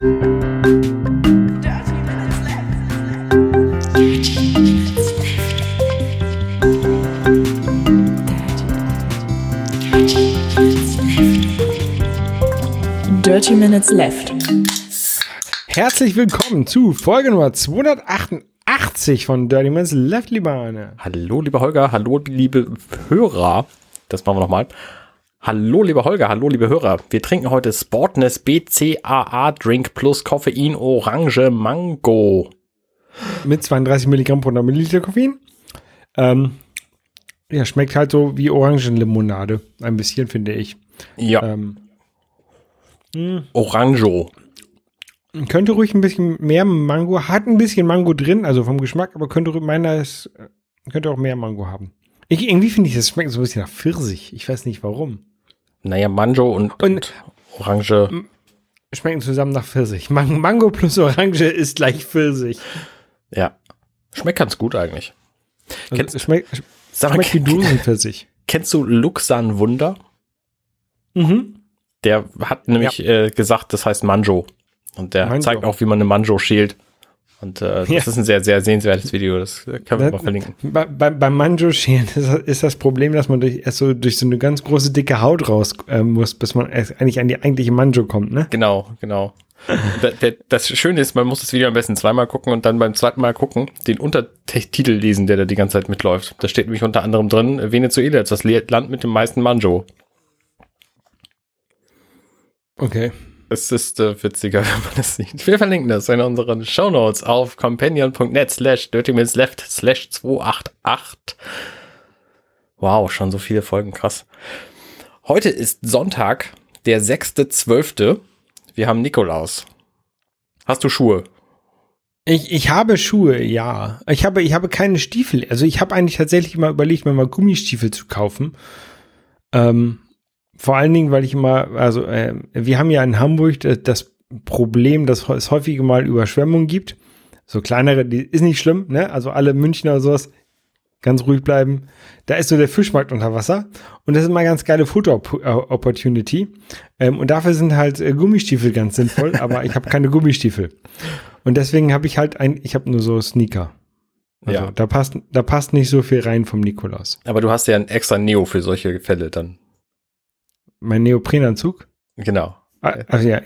Dirty Minutes Left. Herzlich willkommen zu Folge Nummer 288 von Dirty Minutes Left, lieber Arne. Hallo, lieber Holger, hallo, liebe Hörer. Das machen wir nochmal. Hallo, lieber Holger, hallo, liebe Hörer. Wir trinken heute Sportness BCAA Drink plus Koffein Orange Mango. Mit 32 Milligramm pro 100 Milliliter Koffein. Ja, schmeckt halt so wie Orangenlimonade. Ein bisschen, finde ich. Ja. Orango. Könnte ruhig ein bisschen mehr Mango, hat ein bisschen Mango drin, also vom Geschmack, aber könnte auch mehr Mango haben. Irgendwie finde ich, das schmeckt so ein bisschen nach Pfirsich. Ich weiß nicht warum. Naja, Mango und Orange. Schmecken zusammen nach Pfirsich. Mango plus Orange ist gleich Pfirsich. Ja. Schmeckt ganz gut eigentlich. Also schmeckt wie Dosenpfirsich. Kennst du Luxan Wunder? Mhm. Der hat nämlich gesagt, das heißt Mango. Und der zeigt auch, wie man eine Mango schält. Und das ist ein sehr, sehr sehenswertes Video. Das können wir mal verlinken. Beim Mango-Schälen ist das Problem, dass man durch so eine ganz große, dicke Haut raus muss, bis man eigentlich an die eigentliche Mango kommt, ne? Genau. Das Schöne ist, man muss das Video am besten zweimal gucken und dann beim zweiten Mal gucken, den Untertitel lesen, der da die ganze Zeit mitläuft. Da steht nämlich unter anderem drin, Venezuela ist das Land mit dem meisten Mango. Okay. Es ist witziger, wenn man das sieht. Wir verlinken das in unseren Shownotes auf companion.net/dirtyminutsleft/288. Wow, schon so viele Folgen, krass. Heute ist Sonntag, der 6.12. Wir haben Nikolaus. Hast du Schuhe? Ich habe Schuhe, ja. Ich habe keine Stiefel. Also ich habe eigentlich tatsächlich mal überlegt, mir mal Gummistiefel zu kaufen. Vor allen Dingen, weil ich wir haben ja in Hamburg das Problem, dass es häufig mal Überschwemmungen gibt. So kleinere, die ist nicht schlimm, ne? Also alle Münchner oder sowas, ganz ruhig bleiben. Da ist so der Fischmarkt unter Wasser. Und das ist mal eine ganz geile Foto-Opportunity. Und dafür sind halt Gummistiefel ganz sinnvoll, aber ich habe keine Gummistiefel. Und deswegen habe ich nur so Sneaker. Also ja. Da passt nicht so viel rein vom Nikolaus. Aber du hast ja ein extra Neo für solche Fälle dann. Mein Neoprenanzug? Genau. Also ja.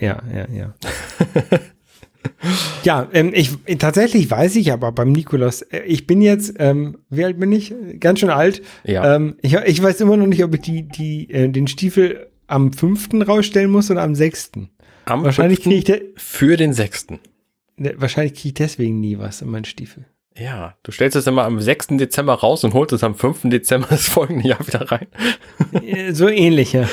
Ja, tatsächlich weiß ich aber beim Nikolaus, ich bin jetzt, wie alt bin ich? Ganz schön alt. Ja. Ich weiß immer noch nicht, ob ich den Stiefel am 5. rausstellen muss oder am 6. Wahrscheinlich kriege ich für den 6. Wahrscheinlich kriege ich deswegen nie was in meinen Stiefel. Ja, du stellst es immer am 6. Dezember raus und holst es am 5. Dezember das folgende Jahr wieder rein. So ähnlich, ja.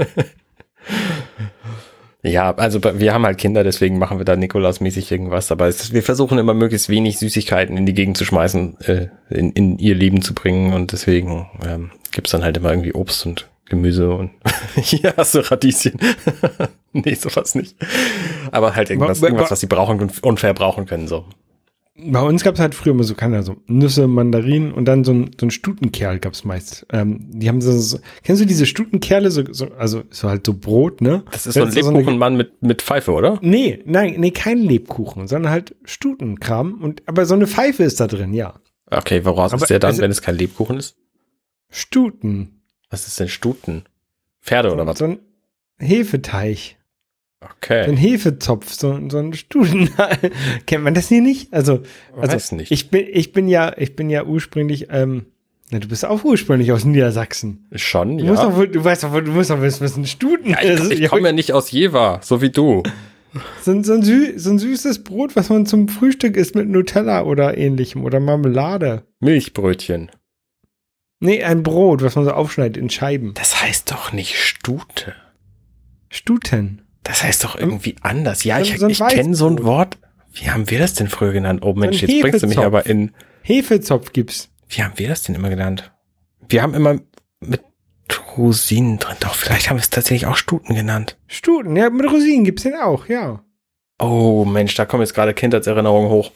Ja, also wir haben halt Kinder, deswegen machen wir da Nikolausmäßig irgendwas, aber wir versuchen immer möglichst wenig Süßigkeiten in die Gegend zu schmeißen, in ihr Leben zu bringen und deswegen gibt's dann halt immer irgendwie Obst und Gemüse und hier hast du Radieschen. Nee, sowas nicht. Aber halt irgendwas, was sie brauchen und verbrauchen können, so. Bei uns gab es halt früher immer so Nüsse, Mandarinen und dann so ein Stutenkerl gab es meist. Die haben kennst du diese Stutenkerle, also so halt so Brot, ne? Das ist so ein Lebkuchenmann mit Pfeife, oder? Nee, kein Lebkuchen, sondern halt Stutenkram aber so eine Pfeife ist da drin, ja. Okay, woraus ist der dann, wenn es kein Lebkuchen ist? Stuten. Was ist denn Stuten? Pferde oder was? So ein Hefeteig. Okay. So ein Hefezopf, so ein Studen. Kennt man das hier nicht? Also weiß nicht. Ich bin ja ursprünglich, du bist auch ursprünglich aus Niedersachsen. Schon, ja. Du musst doch wissen, was ein Studen ist. Ich komme ja nicht aus Jever, so wie du. So ein süßes Brot, was man zum Frühstück isst mit Nutella oder ähnlichem oder Marmelade. Milchbrötchen. Nee, ein Brot, was man so aufschneidet in Scheiben. Das heißt doch nicht Stute. Stuten. Das heißt doch irgendwie anders. Ja, ich kenne so ein Wort. Wie haben wir das denn früher genannt? Oh Mensch, jetzt bringst du mich aber in... Hefezopf gibt's. Wie haben wir das denn immer genannt? Wir haben immer mit Rosinen drin. Doch, vielleicht haben wir es tatsächlich auch Stuten genannt. Stuten, ja, mit Rosinen gibt's den auch, ja. Oh Mensch, da kommen jetzt gerade Kindheitserinnerungen hoch.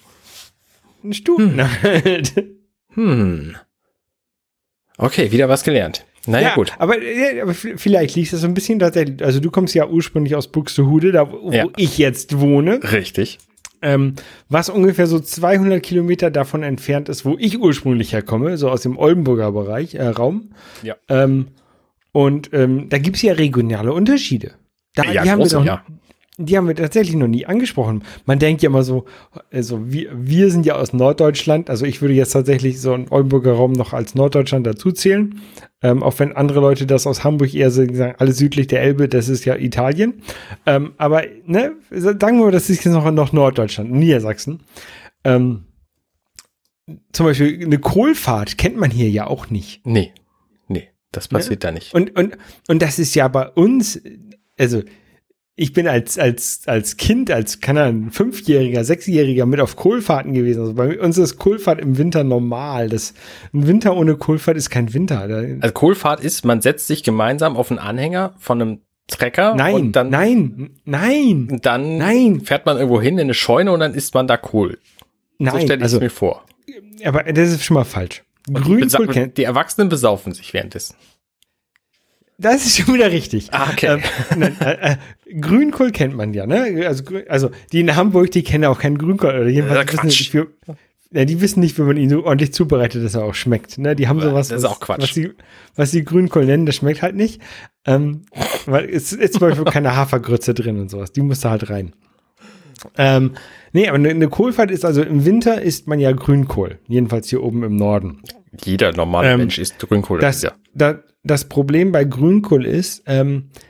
Ein Stuten halt. Okay, wieder was gelernt. Naja, gut. Aber vielleicht liegt das so ein bisschen tatsächlich. Also du kommst ja ursprünglich aus Buxtehude, da wo ich jetzt wohne. Richtig. Was ungefähr so 200 Kilometer davon entfernt ist, wo ich ursprünglich herkomme, so aus dem Oldenburger Raum. Ja. Da gibt es ja regionale Unterschiede. Die haben wir tatsächlich noch nie angesprochen. Man denkt ja immer so, also wir sind ja aus Norddeutschland, also ich würde jetzt tatsächlich so einen Oldenburger Raum noch als Norddeutschland dazu zählen, auch wenn andere Leute das aus Hamburg eher sagen, alles südlich der Elbe, das ist ja Italien. Aber ne, sagen wir mal, das ist jetzt noch Norddeutschland, Niedersachsen. Zum Beispiel eine Kohlfahrt kennt man hier ja auch nicht. Nee, das passiert da nicht. Und das ist ja bei uns, also ich bin als Kind, keine Ahnung, 5-Jähriger, 6-Jähriger mit auf Kohlfahrten gewesen. Also bei uns ist Kohlfahrt im Winter normal. Ein Winter ohne Kohlfahrt ist kein Winter. Also Kohlfahrt ist, man setzt sich gemeinsam auf einen Anhänger von einem Trecker. Nein. Und dann fährt man irgendwo hin in eine Scheune und dann isst man da Kohl. Nein, so stelle ich es mir vor. Aber das ist schon mal falsch. Grünkohl die Erwachsenen besaufen sich währenddessen. Das ist schon wieder richtig. Okay. Grünkohl kennt man ja, ne? Also die in Hamburg, die kennen auch keinen Grünkohl. Oder jedenfalls die wissen nicht, wie man ihn so ordentlich zubereitet, dass er auch schmeckt. Ne? Die haben sowas, das ist auch Quatsch. Was die Grünkohl nennen, das schmeckt halt nicht. Weil es ist zum Beispiel keine Hafergrütze drin und sowas. Die muss da halt rein. Aber eine Kohlfahrt ist, also im Winter isst man ja Grünkohl. Jedenfalls hier oben im Norden. Jeder normale Mensch isst Grünkohl. Das Problem bei Grünkohl ist, da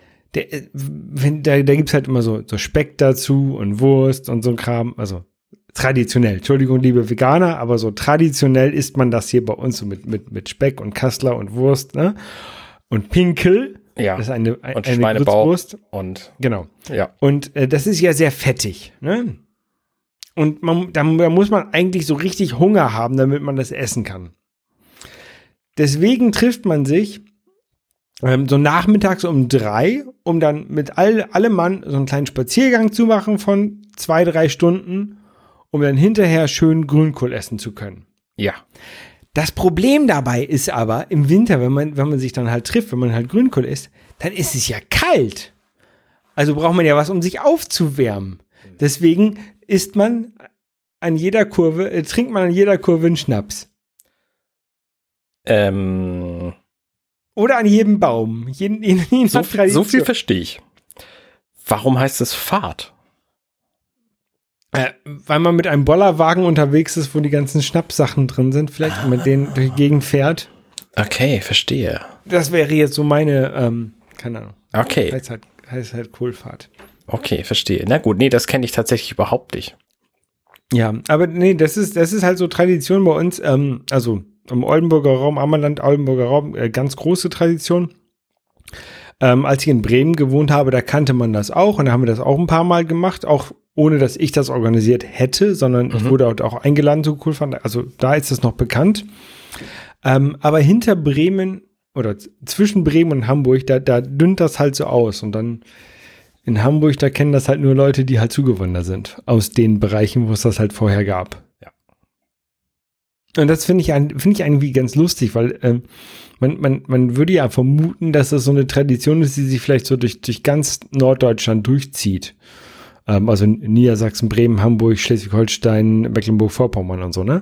gibt's halt immer so Speck dazu und Wurst und so ein Kram. Also traditionell, Entschuldigung, liebe Veganer, aber so traditionell isst man das hier bei uns so mit Speck und Kassler und Wurst, ne? Und Pinkel. Ja. Das ist eine Schweinebauch Grützwurst. Und genau. Ja. Und das ist ja sehr fettig, ne? Und da muss man eigentlich so richtig Hunger haben, damit man das essen kann. Deswegen trifft man sich so nachmittags um 3, um dann mit allem Mann so einen kleinen Spaziergang zu machen von 2-3 Stunden, um dann hinterher schön Grünkohl essen zu können. Ja. Das Problem dabei ist aber, im Winter, wenn man sich dann halt trifft, wenn man halt Grünkohl isst, dann ist es ja kalt. Also braucht man ja was, um sich aufzuwärmen. Deswegen trinkt man an jeder Kurve einen Schnaps. Oder an jedem Baum. So viel verstehe ich. Warum heißt es Fahrt? Weil man mit einem Bollerwagen unterwegs ist, wo die ganzen Schnappsachen drin sind, vielleicht mit denen durch die Gegend fährt. Okay, verstehe. Das wäre jetzt so meine, keine Ahnung. Okay. Heißt halt Kohlfahrt. Okay, verstehe. Na gut, nee, das kenne ich tatsächlich überhaupt nicht. Ja, aber nee, das ist halt so Tradition bei uns, also im Oldenburger Raum, Ammerland, Oldenburger Raum, ganz große Tradition. Als ich in Bremen gewohnt habe, da kannte man das auch und da haben wir das auch ein paar Mal gemacht, auch ohne, dass ich das organisiert hätte, sondern ich wurde auch eingeladen zu Kohlfahrt, also da ist es noch bekannt. Aber hinter Bremen oder zwischen Bremen und Hamburg, da dünnt das halt so aus und dann in Hamburg, da kennen das halt nur Leute, die halt zugewandert sind aus den Bereichen, wo es das halt vorher gab. Ja. Und das finde ich irgendwie ganz lustig, weil man würde ja vermuten, dass das so eine Tradition ist, die sich vielleicht so durch ganz Norddeutschland durchzieht. Also Niedersachsen, Bremen, Hamburg, Schleswig-Holstein, Mecklenburg-Vorpommern und so, ne?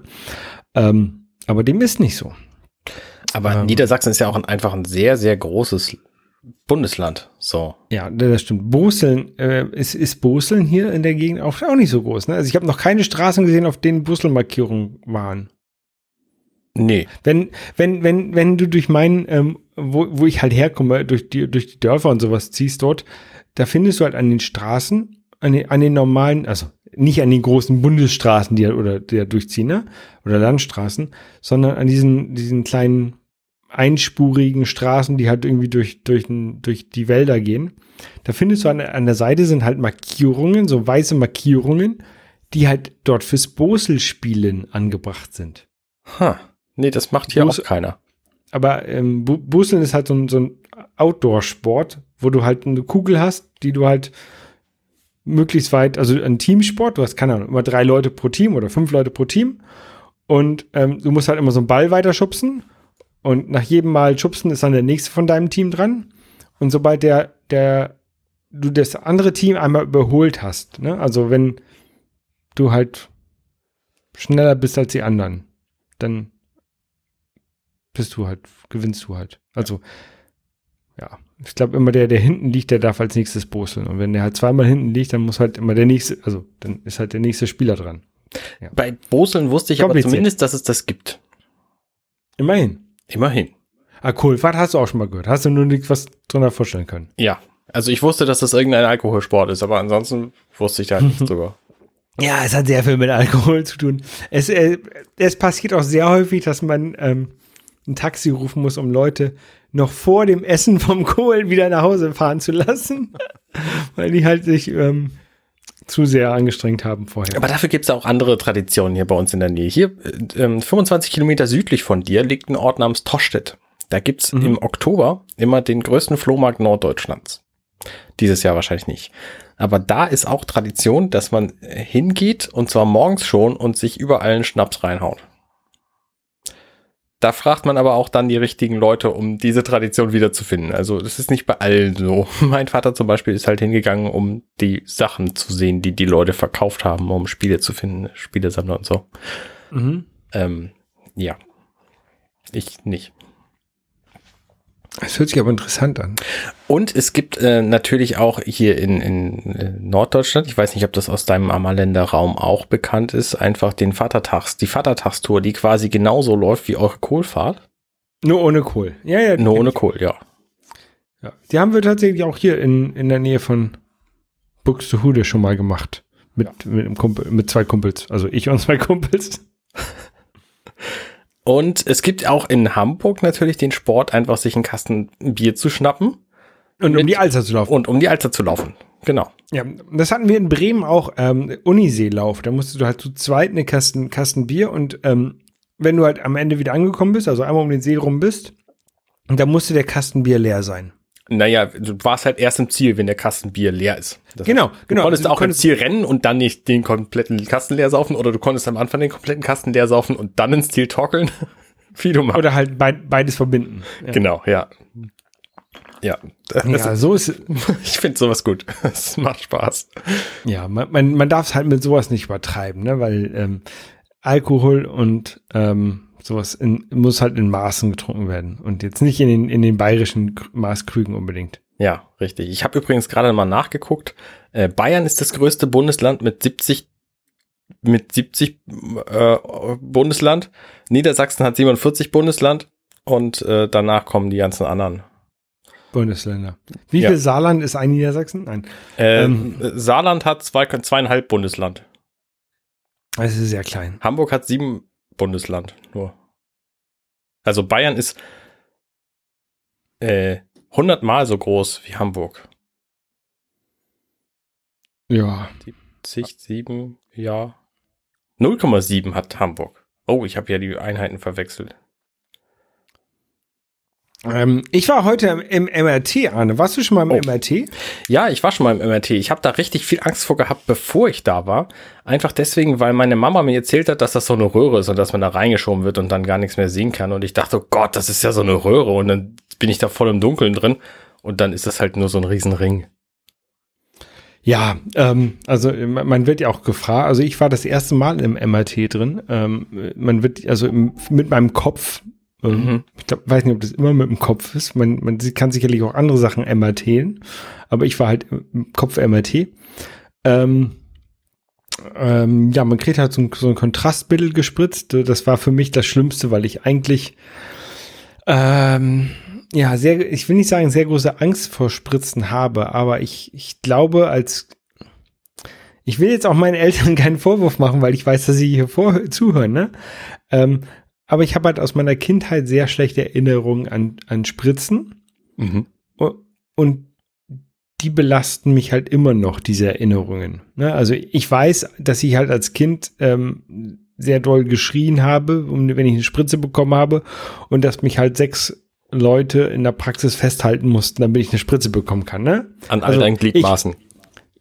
Aber dem ist nicht so. Aber Niedersachsen ist ja auch einfach ein sehr, sehr großes Bundesland. So. Ja, das stimmt. Boseln, ist Boseln hier in der Gegend auch nicht so groß, ne? Also ich habe noch keine Straßen gesehen, auf denen Boseln-Markierungen waren. Nee. Wenn du durch meinen, wo ich halt herkomme, durch die Dörfer und sowas ziehst dort, da findest du halt an den Straßen, an den normalen, also nicht an den großen Bundesstraßen, die durchziehen, ne? Oder Landstraßen, sondern an diesen kleinen einspurigen Straßen, die halt irgendwie durch die Wälder gehen. Da findest du an der Seite sind halt Markierungen, so weiße Markierungen, die halt dort fürs Boselspielen angebracht sind. Nee, das macht hier auch keiner. Aber Boseln ist halt so ein Outdoor-Sport, wo du halt eine Kugel hast, die du halt möglichst weit, also ein Teamsport, du hast, keine Ahnung, immer 3 Leute pro Team oder 5 Leute pro Team und du musst halt immer so einen Ball weiterschubsen Und nach jedem Mal schubsen ist dann der nächste von deinem Team dran. Und sobald du das andere Team einmal überholt hast, ne? Also wenn du halt schneller bist als die anderen, dann gewinnst du halt. Also, ja. Ich glaube immer, der hinten liegt, der darf als nächstes boseln. Und wenn der halt zweimal hinten liegt, dann muss halt immer der nächste, also dann ist halt der nächste Spieler dran. Ja. Bei boseln wusste ich aber zumindest, dass es das gibt. Immerhin. Ah, Kohlfahrt hast du auch schon mal gehört. Hast du nur nicht was drunter vorstellen können? Ja. Also ich wusste, dass das irgendein Alkoholsport ist, aber ansonsten wusste ich da halt nichts drüber. Ja, es hat sehr viel mit Alkohol zu tun. Es passiert auch sehr häufig, dass man ein Taxi rufen muss, um Leute noch vor dem Essen vom Kohl wieder nach Hause fahren zu lassen, weil die halt sich zu sehr angestrengt haben vorher. Aber dafür gibt es auch andere Traditionen hier bei uns in der Nähe. Hier 25 Kilometer südlich von dir liegt ein Ort namens Tostedt. Da gibt es im Oktober immer den größten Flohmarkt Norddeutschlands. Dieses Jahr wahrscheinlich nicht. Aber da ist auch Tradition, dass man hingeht, und zwar morgens schon, und sich überall einen Schnaps reinhaut. Da fragt man aber auch dann die richtigen Leute, um diese Tradition wiederzufinden. Also das ist nicht bei allen so. Mein Vater zum Beispiel ist halt hingegangen, um die Sachen zu sehen, die die Leute verkauft haben, um Spiele zu finden, Spielesammler und so. Ja. Ich nicht. Das hört sich aber interessant an. Und es gibt natürlich auch hier in Norddeutschland, ich weiß nicht, ob das aus deinem Ammerländer Raum auch bekannt ist, einfach die Vatertagstour, die quasi genauso läuft wie eure Kohlfahrt. Nur ohne Kohl. Ja. Nur ohne Kohl, ja. Die haben wir tatsächlich auch hier in der Nähe von Buxtehude schon mal gemacht. Mit einem Kumpel, mit 2 Kumpels. Also ich und 2 Kumpels. Und es gibt auch in Hamburg natürlich den Sport, einfach sich einen Kasten Bier zu schnappen. Und um die Alster zu laufen. Genau. Ja, das hatten wir in Bremen auch, Uniseelauf. Da musstest du halt zu zweit eine Kasten Bier und wenn du halt am Ende wieder angekommen bist, also einmal um den See rum bist, dann musste der Kasten Bier leer sein. Naja, du warst halt erst im Ziel, wenn der Kasten Bier leer ist. Genau. Du konntest auch ins Ziel rennen und dann nicht den kompletten Kasten leer saufen, oder du konntest am Anfang den kompletten Kasten leer saufen und dann ins Ziel torkeln, wie du magst. Oder halt beides verbinden. Ja. Genau, ja. Ja, so ist ich finde sowas gut. Es macht Spaß. Ja, man darf es halt mit sowas nicht übertreiben, ne? Weil Alkohol und sowas muss halt in Maßen getrunken werden und jetzt nicht in den bayerischen Maßkrügen unbedingt. Ja, richtig. Ich habe übrigens gerade mal nachgeguckt. Bayern ist das größte Bundesland mit 70 Bundesland. Niedersachsen hat 47 Bundesland und danach kommen die ganzen anderen Bundesländer. Wie viel Saarland ist ein Niedersachsen? Nein. Saarland hat 2,5 Bundesland. Das ist sehr klein. Hamburg hat 7 Bundesland nur. Also Bayern ist 100 Mal so groß wie Hamburg. Ja. 7, ja. 0,7 hat Hamburg. Oh, ich habe ja die Einheiten verwechselt. Ich war heute im MRT, Arne. Warst du schon mal im MRT? Ja, ich war schon mal im MRT. Ich habe da richtig viel Angst vor gehabt, bevor ich da war. Einfach deswegen, weil meine Mama mir erzählt hat, dass das so eine Röhre ist und dass man da reingeschoben wird und dann gar nichts mehr sehen kann. Und ich dachte, oh Gott, das ist ja so eine Röhre. Und dann bin ich da voll im Dunkeln drin. Und dann ist das halt nur so ein Riesenring. Ja, also man wird ja auch gefragt. Also ich war das erste Mal im MRT drin. Man wird also mit meinem Kopf. Ich weiß nicht, ob das immer mit dem Kopf ist. Man kann sicherlich auch andere Sachen MRTen, aber ich war halt im Kopf MRT. Man kriegt halt so ein Kontrastmittel gespritzt. Das war für mich das Schlimmste, weil ich eigentlich ich will nicht sagen, sehr große Angst vor Spritzen habe, aber ich glaube, ich will jetzt auch meinen Eltern keinen Vorwurf machen, weil ich weiß, dass sie hier zuhören, ne? Aber ich habe halt aus meiner Kindheit sehr schlechte Erinnerungen an Spritzen. Und die belasten mich halt immer noch, diese Erinnerungen. Ne? Also ich weiß, dass ich halt als Kind sehr doll geschrien habe, wenn ich eine Spritze bekommen habe und dass mich halt 6 Leute in der Praxis festhalten mussten, damit ich eine Spritze bekommen kann. Ne? An all deinen Gliedmaßen.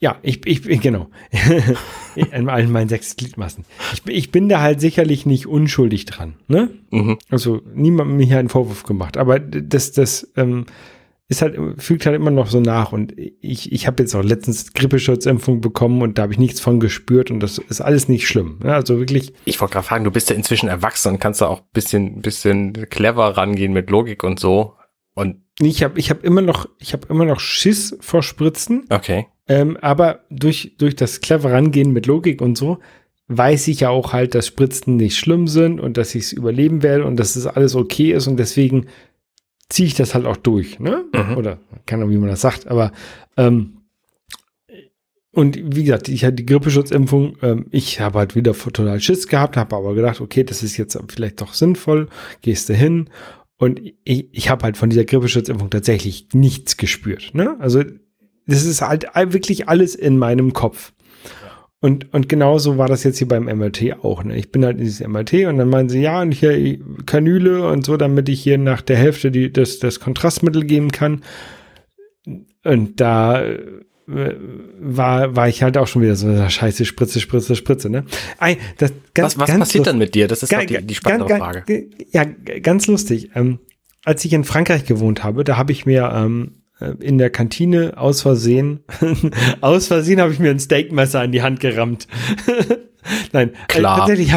Ja, genau. In allen meinen 6 Gliedmaßen. Ich bin da halt sicherlich nicht unschuldig dran, ne? Mhm. Also, niemand mir hier einen Vorwurf gemacht. Aber das ist halt, fügt halt immer noch so nach. Und ich habe jetzt auch letztens Grippeschutzimpfung bekommen und da habe ich nichts von gespürt und das ist alles nicht schlimm. Ne? Also wirklich. Ich wollte gerade fragen, du bist ja inzwischen erwachsen und kannst da auch bisschen clever rangehen mit Logik und so. Und ich hab immer noch Schiss vor Spritzen. okay. Aber durch das clevere Rangehen mit Logik und so, weiß ich ja auch halt, dass Spritzen nicht schlimm sind und dass ich es überleben werde und dass es alles okay ist und deswegen ziehe ich das halt auch durch, ne? Mhm. Oder keine Ahnung, wie man das sagt, aber und wie gesagt, ich hatte die Grippeschutzimpfung, ich habe halt wieder total Schiss gehabt, habe aber gedacht, okay, das ist jetzt vielleicht doch sinnvoll, gehst du hin und ich habe halt von dieser Grippeschutzimpfung tatsächlich nichts gespürt, ne? Also das ist halt wirklich alles in meinem Kopf. Und genauso war das jetzt hier beim MRT auch. Ne? Ich bin halt in dieses MRT und dann meinen sie, ja, und hier Kanüle und so, damit ich hier nach der Hälfte das Kontrastmittel geben kann. Und da war ich halt auch schon wieder so, scheiße, Spritze, ne? Was passiert dann mit dir? Das ist doch die spannende Frage. Ja, ganz lustig. Als ich in Frankreich gewohnt habe, da habe ich mir in der Kantine aus Versehen habe ich mir ein Steakmesser in die Hand gerammt. Nein, klar. Tatsächlich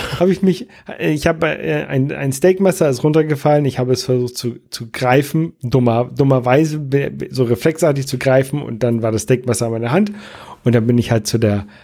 ein Steakmesser ist runtergefallen. Ich habe es versucht zu greifen, dummerweise so reflexartig zu greifen und dann war das Steakmesser in meiner Hand und dann bin ich halt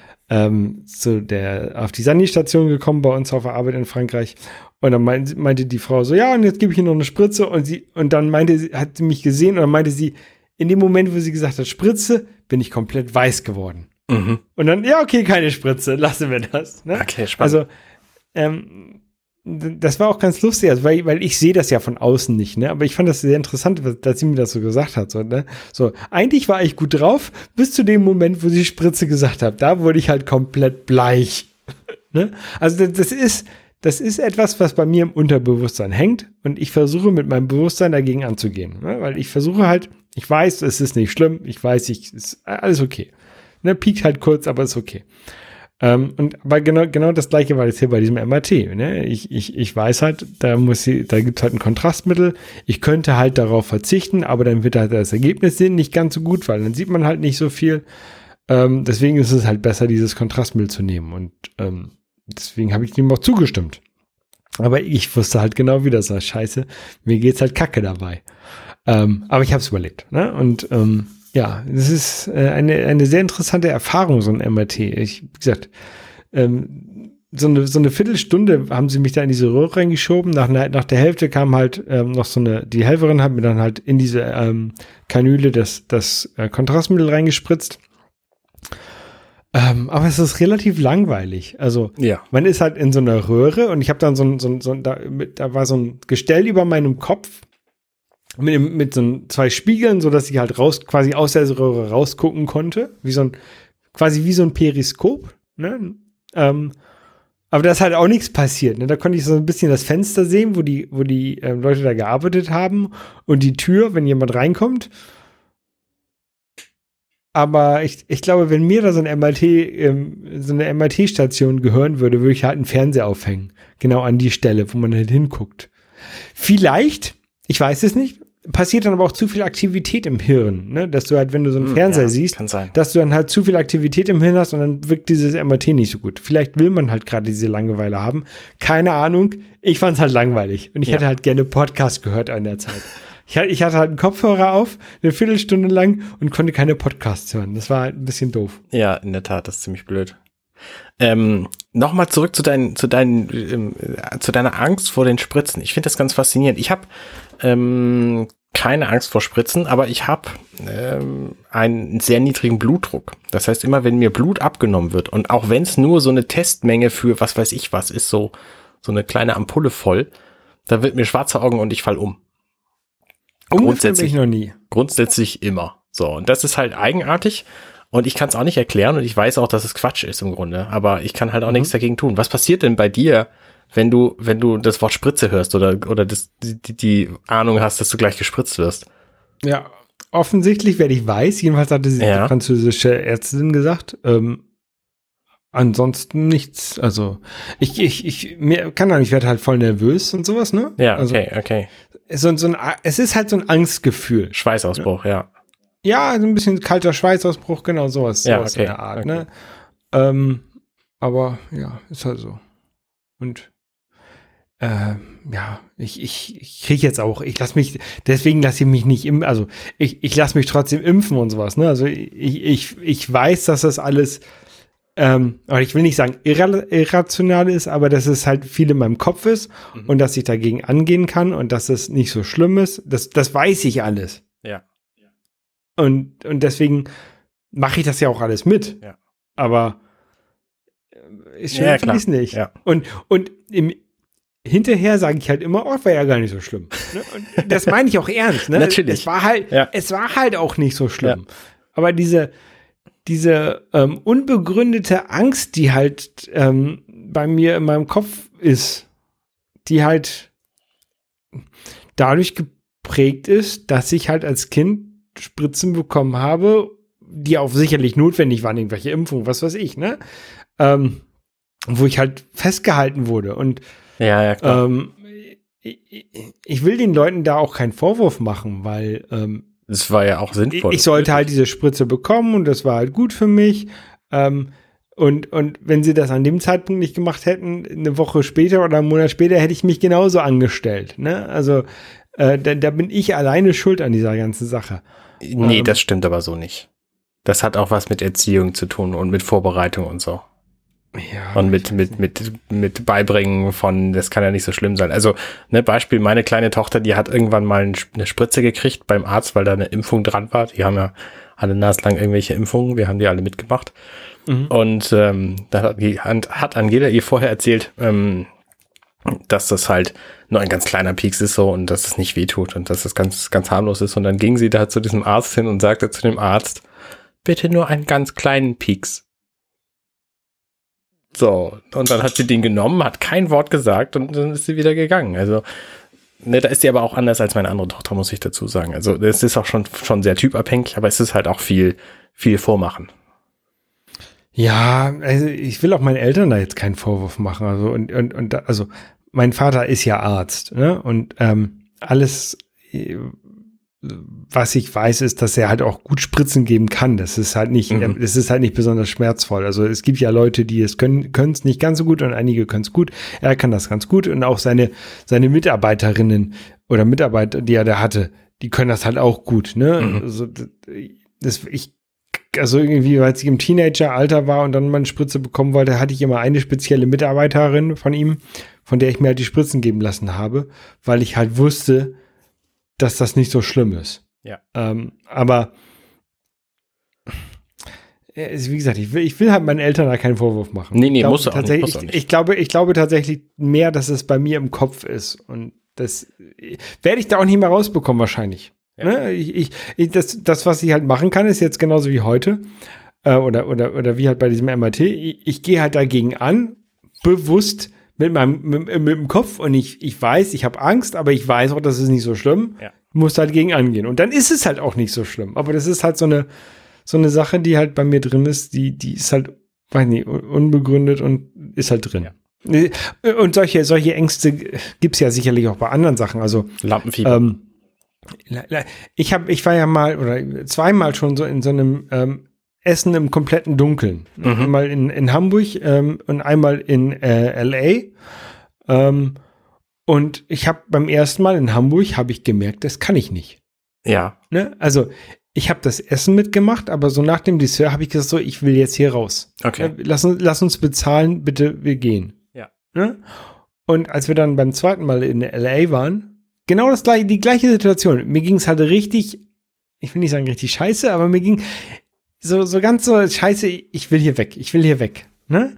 auf die Sani-Station gekommen bei uns auf der Arbeit in Frankreich. Und dann meinte die Frau so, ja, und jetzt gebe ich ihr noch eine Spritze. Und dann hat sie mich gesehen und dann meinte sie, in dem Moment, wo sie gesagt hat, Spritze, bin ich komplett weiß geworden. Mhm. Und dann, ja, okay, keine Spritze, lassen wir das. Ne? Okay, spannend. Also, das war auch ganz lustig, also weil ich sehe das ja von außen nicht, ne? Aber ich fand das sehr interessant, dass sie mir das so gesagt hat. So, ne? So, eigentlich war ich gut drauf, bis zu dem Moment, wo sie Spritze gesagt hat. Da wurde ich halt komplett bleich. Ne? Also das ist etwas, was bei mir im Unterbewusstsein hängt und ich versuche mit meinem Bewusstsein dagegen anzugehen. Ne? Weil ich versuche halt, ich weiß, es ist nicht schlimm, ich weiß, ist alles okay. Ne? Piekt halt kurz, aber ist okay. Aber genau das Gleiche war jetzt hier bei diesem MRT. Ne? Ich weiß halt, da gibt es halt ein Kontrastmittel. Ich könnte halt darauf verzichten, aber dann wird halt das Ergebnis nicht ganz so gut, weil dann sieht man halt nicht so viel. Deswegen ist es halt besser, dieses Kontrastmittel zu nehmen und deswegen habe ich dem auch zugestimmt. Aber ich wusste halt genau, wie das war. Scheiße, mir geht's halt kacke dabei. Aber ich habe es überlebt. Ne? Und ja, das ist eine sehr interessante Erfahrung, so ein MRT. Wie gesagt, so eine Viertelstunde haben sie mich da in diese Röhre reingeschoben. Nach der Hälfte kam halt noch die Helferin hat mir dann halt in diese Kanüle das Kontrastmittel reingespritzt. Aber es ist relativ langweilig. Also, ja. Man ist halt in so einer Röhre und ich habe dann da war so ein Gestell über meinem Kopf mit so 2 Spiegeln, so dass ich halt quasi aus der Röhre rausgucken konnte, quasi wie so ein Periskop, ne? Aber da ist halt auch nichts passiert, ne? Da konnte ich so ein bisschen das Fenster sehen, wo die Leute da gearbeitet haben und die Tür, wenn jemand reinkommt. Aber ich glaube, wenn mir da so eine MRT-Station gehören würde ich halt einen Fernseher aufhängen. Genau an die Stelle, wo man halt hinguckt. Vielleicht, ich weiß es nicht, passiert dann aber auch zu viel Aktivität im Hirn, ne? Dass du halt, wenn du so einen Fernseher siehst, dass du dann halt zu viel Aktivität im Hirn hast und dann wirkt dieses MRT nicht so gut. Vielleicht will man halt gerade diese Langeweile haben. Keine Ahnung. Ich fand es halt langweilig. Und ich hätte halt gerne Podcast gehört an der Zeit. Ich hatte halt einen Kopfhörer auf, eine Viertelstunde lang und konnte keine Podcasts hören. Das war halt ein bisschen doof. Ja, in der Tat, das ist ziemlich blöd. Nochmal zurück zu deiner Angst vor den Spritzen. Ich finde das ganz faszinierend. Ich habe keine Angst vor Spritzen, aber ich habe einen sehr niedrigen Blutdruck. Das heißt, immer wenn mir Blut abgenommen wird und auch wenn es nur so eine Testmenge für was weiß ich was ist, so eine kleine Ampulle voll, da wird mir schwarze Augen und ich fall um. Grundsätzlich noch nie. Grundsätzlich immer. So, und das ist halt eigenartig und ich kann es auch nicht erklären und ich weiß auch, dass es Quatsch ist im Grunde, aber ich kann halt auch nichts dagegen tun. Was passiert denn bei dir, wenn du das Wort Spritze hörst oder die Ahnung hast, dass du gleich gespritzt wirst? Ja, offensichtlich, werde ich weiß. Jedenfalls hatte sie die französische Ärztin gesagt. Ansonsten nichts. Also keine Ahnung, ich werde halt voll nervös und sowas, ne? Ja, also, okay. Es ist halt so ein Angstgefühl. Schweißausbruch, ja. Ja, so ein bisschen kalter Schweißausbruch, genau, sowas Ja, in der Art, ne? Aber ja, ist halt so. Und ich kriege jetzt auch, deswegen lasse ich mich nicht impfen, ich lasse mich trotzdem impfen und sowas, ne? Also ich weiß, dass das alles, aber ich will nicht sagen irrational ist, aber dass es halt viel in meinem Kopf ist und dass ich dagegen angehen kann und dass es nicht so schlimm ist, das weiß ich alles. Ja. Und deswegen mache ich das ja auch alles mit. Ja. Aber ist schön, finde ich es nicht. Ja. Und hinterher sage ich halt immer, war ja gar nicht so schlimm. Ne? Und das meine ich auch ernst. Ne? Natürlich. Es war halt auch nicht so schlimm. Ja. Aber diese unbegründete Angst, die halt bei mir in meinem Kopf ist, die halt dadurch geprägt ist, dass ich halt als Kind Spritzen bekommen habe, die auch sicherlich notwendig waren, irgendwelche Impfungen, was weiß ich, ne? Wo ich halt festgehalten wurde. Und ja, klar. Ich will den Leuten da auch keinen Vorwurf machen, weil das war ja auch sinnvoll. Ich sollte halt diese Spritze bekommen und das war halt gut für mich. Und wenn sie das an dem Zeitpunkt nicht gemacht hätten, eine Woche später oder einen Monat später, hätte ich mich genauso angestellt. Ne? Also da bin ich alleine schuld an dieser ganzen Sache. Nee, das stimmt aber so nicht. Das hat auch was mit Erziehung zu tun und mit Vorbereitung und so. Ja, und mit Beibringen von, das kann ja nicht so schlimm sein. Also, ne, Beispiel, meine kleine Tochter, die hat irgendwann mal eine Spritze gekriegt beim Arzt, weil da eine Impfung dran war. Die haben ja alle naslang irgendwelche Impfungen, wir haben die alle mitgemacht. Mhm. Und da hat Angela ihr vorher erzählt, dass das halt nur ein ganz kleiner Pieks ist so und dass es nicht wehtut und dass es ganz, ganz harmlos ist. Und dann ging sie da zu diesem Arzt hin und sagte zu dem Arzt, bitte nur einen ganz kleinen Pieks. So, und dann hat sie den genommen, hat kein Wort gesagt und dann ist sie wieder gegangen. Also, ne, da ist sie aber auch anders als meine andere Tochter, muss ich dazu sagen. Also, es ist auch schon sehr typabhängig, aber es ist halt auch viel Vormachen. Ja, also ich will auch meinen Eltern da jetzt keinen Vorwurf machen. Also mein Vater ist ja Arzt, ne? Und alles, was ich weiß, ist, dass er halt auch gut Spritzen geben kann. Das ist halt nicht, es ist halt nicht besonders schmerzvoll. Also es gibt ja Leute, die es können es nicht ganz so gut und einige können es gut. Er kann das ganz gut und auch seine Mitarbeiterinnen oder Mitarbeiter, die er da hatte, die können das halt auch gut, ne? Also irgendwie, als ich im Teenageralter war und dann mal eine Spritze bekommen wollte, hatte ich immer eine spezielle Mitarbeiterin von ihm, von der ich mir halt die Spritzen geben lassen habe, weil ich halt wusste, dass das nicht so schlimm ist. Ja. Aber wie gesagt, ich will halt meinen Eltern da keinen Vorwurf machen. Nee, muss auch nicht. Ich glaube tatsächlich mehr, dass es bei mir im Kopf ist. Und das werde ich da auch nicht mehr rausbekommen wahrscheinlich. Ja. Ne? Das, was ich halt machen kann, ist jetzt genauso wie heute oder wie halt bei diesem MRT. Ich gehe halt dagegen an, bewusst mit dem Kopf und ich weiß, ich habe Angst, aber ich weiß auch, das ist nicht so schlimm. Ja. Muss halt gegen angehen. Und dann ist es halt auch nicht so schlimm. Aber das ist halt so eine Sache, die halt bei mir drin ist, die ist halt, weiß nicht, unbegründet und ist halt drin. Ja. Und solche Ängste gibt's ja sicherlich auch bei anderen Sachen. Also Lampenfieber. Ich war ja mal oder zweimal schon so in so einem Essen im kompletten Dunkeln. Einmal in Hamburg und einmal in LA. Und ich habe beim ersten Mal in Hamburg habe ich gemerkt, das kann ich nicht. Ja. Ne? Also ich habe das Essen mitgemacht, aber so nach dem Dessert habe ich gesagt, so, ich will jetzt hier raus. Okay. Lass uns bezahlen, bitte, wir gehen. Ja. Ne? Und als wir dann beim zweiten Mal in LA waren, genau die gleiche Situation. Mir ging es halt richtig, ich will nicht sagen richtig scheiße, aber mir ging so ganz so scheiße, ich will hier weg. Ne?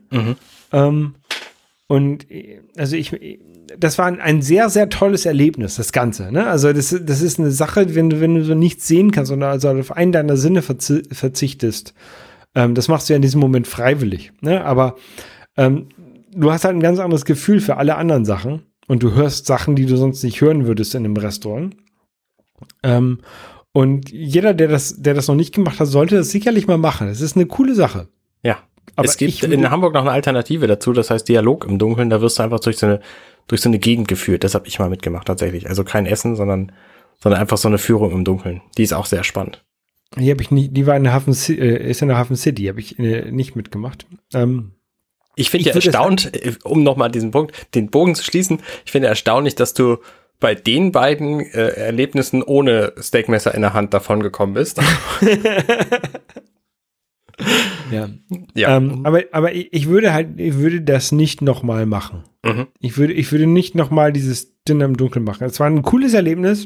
Und also das war ein sehr, sehr tolles Erlebnis, das Ganze. Ne? Also das ist eine Sache, wenn du so nichts sehen kannst oder also auf einen deiner Sinne verzichtest. Das machst du ja in diesem Moment freiwillig. Ne? Aber du hast halt ein ganz anderes Gefühl für alle anderen Sachen. Und du hörst Sachen, die du sonst nicht hören würdest in einem Restaurant. Und jeder, der das noch nicht gemacht hat, sollte das sicherlich mal machen. Das ist eine coole Sache. Ja. Aber es gibt in Hamburg noch eine Alternative dazu, das heißt Dialog im Dunkeln, da wirst du einfach durch so eine Gegend geführt. Das habe ich mal mitgemacht tatsächlich. Also kein Essen, sondern einfach so eine Führung im Dunkeln. Die ist auch sehr spannend. Die habe ich nicht, die war in der Hafen City, habe ich nicht mitgemacht. Ich finde ja erstaunt, um nochmal den Bogen zu schließen, ich finde erstaunlich, dass du bei den beiden Erlebnissen ohne Steakmesser in der Hand davon gekommen bist. Ja. Aber ich würde das nicht nochmal machen. Mhm. Ich würde nicht nochmal dieses Dinner im Dunkeln machen. Es war ein cooles Erlebnis,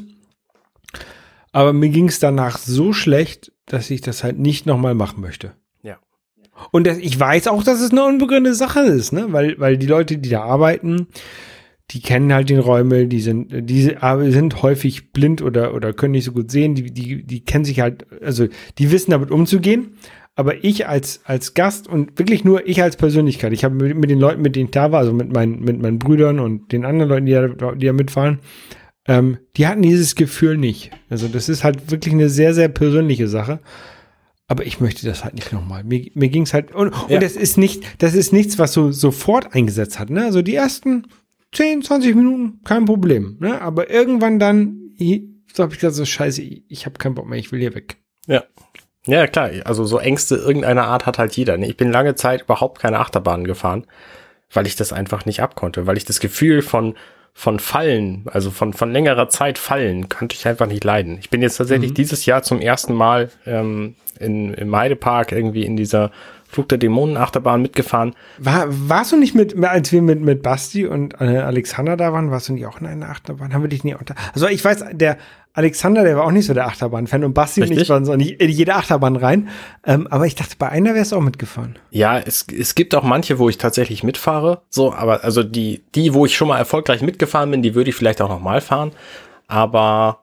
aber mir ging es danach so schlecht, dass ich das halt nicht nochmal machen möchte. Ja. Und ich weiß auch, dass es eine unbegründete Sache ist, ne? Weil die Leute, die da arbeiten, die kennen halt den Räume, die sind häufig blind oder können nicht so gut sehen, die kennen sich halt, also die wissen damit umzugehen. Aber ich als Gast und wirklich nur ich als Persönlichkeit, ich habe mit den Leuten, mit denen ich da war, also mit meinen Brüdern und den anderen Leuten, die da mitfahren, die hatten dieses Gefühl nicht. Also das ist halt wirklich eine sehr, sehr persönliche Sache. Aber ich möchte das halt nicht nochmal. Mir ging es halt, und das ist nichts, was so sofort eingesetzt hat, ne? Also die ersten 10, 20 Minuten, kein Problem, ne? Aber irgendwann dann, so habe ich gesagt, so scheiße, ich habe keinen Bock mehr, ich will hier weg. Ja. Ja, klar. Also so Ängste irgendeiner Art hat halt jeder. Ich bin lange Zeit überhaupt keine Achterbahnen gefahren, weil ich das einfach nicht abkonnte, weil ich das Gefühl von Fallen, also von längerer Zeit Fallen, konnte ich einfach nicht leiden. Ich bin jetzt tatsächlich dieses Jahr zum ersten Mal im Heidepark irgendwie in dieser Flug der Dämonen Achterbahn mitgefahren. Warst du nicht als wir mit Basti und Alexander da waren, warst du nicht auch in einer Achterbahn? Haben wir dich nie Also ich weiß, der Alexander, der war auch nicht so der Achterbahn-Fan und Basti und ich waren so nicht in jede Achterbahn rein. Aber ich dachte, bei einer wärst du auch mitgefahren. Ja, es gibt auch manche, wo ich tatsächlich mitfahre. So, aber also die, wo ich schon mal erfolgreich mitgefahren bin, die würde ich vielleicht auch nochmal fahren. Aber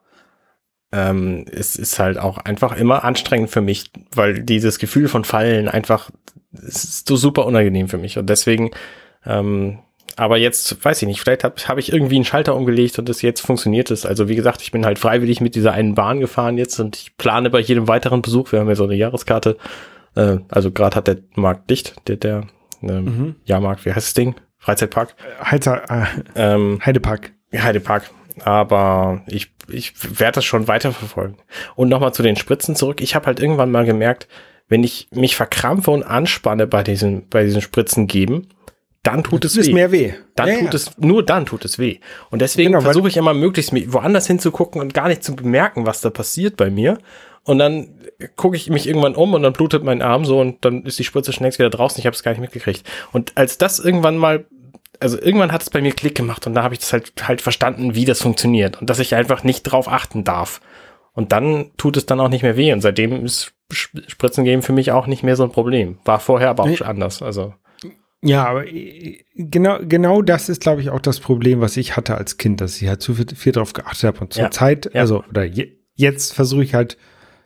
es ist halt auch einfach immer anstrengend für mich, weil dieses Gefühl von Fallen einfach, es ist so super unangenehm für mich. Und deswegen, aber jetzt, weiß ich nicht, vielleicht hab ich irgendwie einen Schalter umgelegt und jetzt funktioniert es. Also wie gesagt, ich bin halt freiwillig mit dieser einen Bahn gefahren jetzt und ich plane bei jedem weiteren Besuch, wir haben ja so eine Jahreskarte, also gerade hat der Markt dicht, der Jahrmarkt, wie heißt das Ding? Freizeitpark? Heidepark. Heidepark. Aber ich werde das schon weiterverfolgen. Und nochmal zu den Spritzen zurück. Ich habe halt irgendwann mal gemerkt, wenn ich mich verkrampfe und anspanne bei diesen Spritzen geben, dann tut es weh. Mehr weh. Nur dann tut es weh. Und deswegen versuche ich immer möglichst woanders hinzugucken und gar nicht zu bemerken, was da passiert bei mir. Und dann gucke ich mich irgendwann um und dann blutet mein Arm so und dann ist die Spritze schon längst wieder draußen. Ich habe es gar nicht mitgekriegt. Und als das irgendwann hat es bei mir Klick gemacht und da habe ich das halt verstanden, wie das funktioniert und dass ich einfach nicht drauf achten darf. Und dann tut es dann auch nicht mehr weh und seitdem ist Spritzen geben für mich auch nicht mehr so ein Problem. War vorher aber auch anders, also. Ja, aber genau das ist, glaube ich, auch das Problem, was ich hatte als Kind, dass ich halt zu viel drauf geachtet habe und zur Zeit, jetzt versuche ich halt,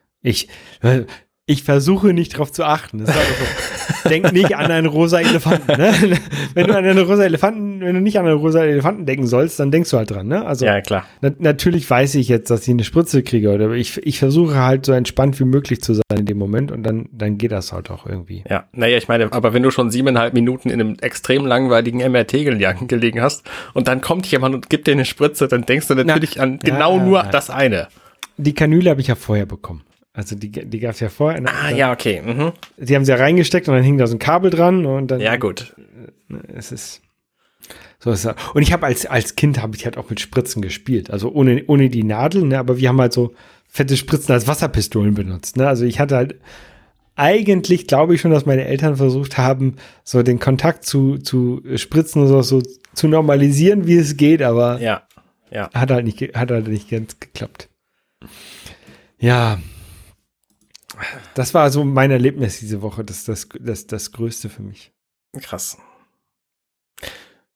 ich versuche nicht drauf zu achten. Das ist also so. Denk nicht an einen rosa Elefanten. Ne? Wenn du nicht an einen rosa Elefanten denken sollst, dann denkst du halt dran. Ne? Also, ja, klar. Natürlich weiß ich jetzt, dass ich eine Spritze kriege, aber ich versuche halt so entspannt wie möglich zu sein in dem Moment und dann geht das halt auch irgendwie. Ja, naja, ich meine, aber wenn du schon 7,5 Minuten in einem extrem langweiligen MRT gelegen hast und dann kommt jemand und gibt dir eine Spritze, dann denkst du natürlich nur das eine. Die Kanüle habe ich ja vorher bekommen. Also die gab es ja vorher. Ja, okay. Mhm. Sie haben sie ja reingesteckt und dann hing da so ein Kabel dran und dann. Ja, gut. Es ist so. Und ich habe als Kind habe ich halt auch mit Spritzen gespielt. Also ohne die Nadel, ne? Aber wir haben halt so fette Spritzen als Wasserpistolen benutzt. Ne? Also ich hatte halt eigentlich, glaube ich schon, dass meine Eltern versucht haben, so den Kontakt zu Spritzen und so zu normalisieren, wie es geht, aber hat halt nicht ganz geklappt. Ja. Das war so mein Erlebnis diese Woche, das Größte für mich. Krass.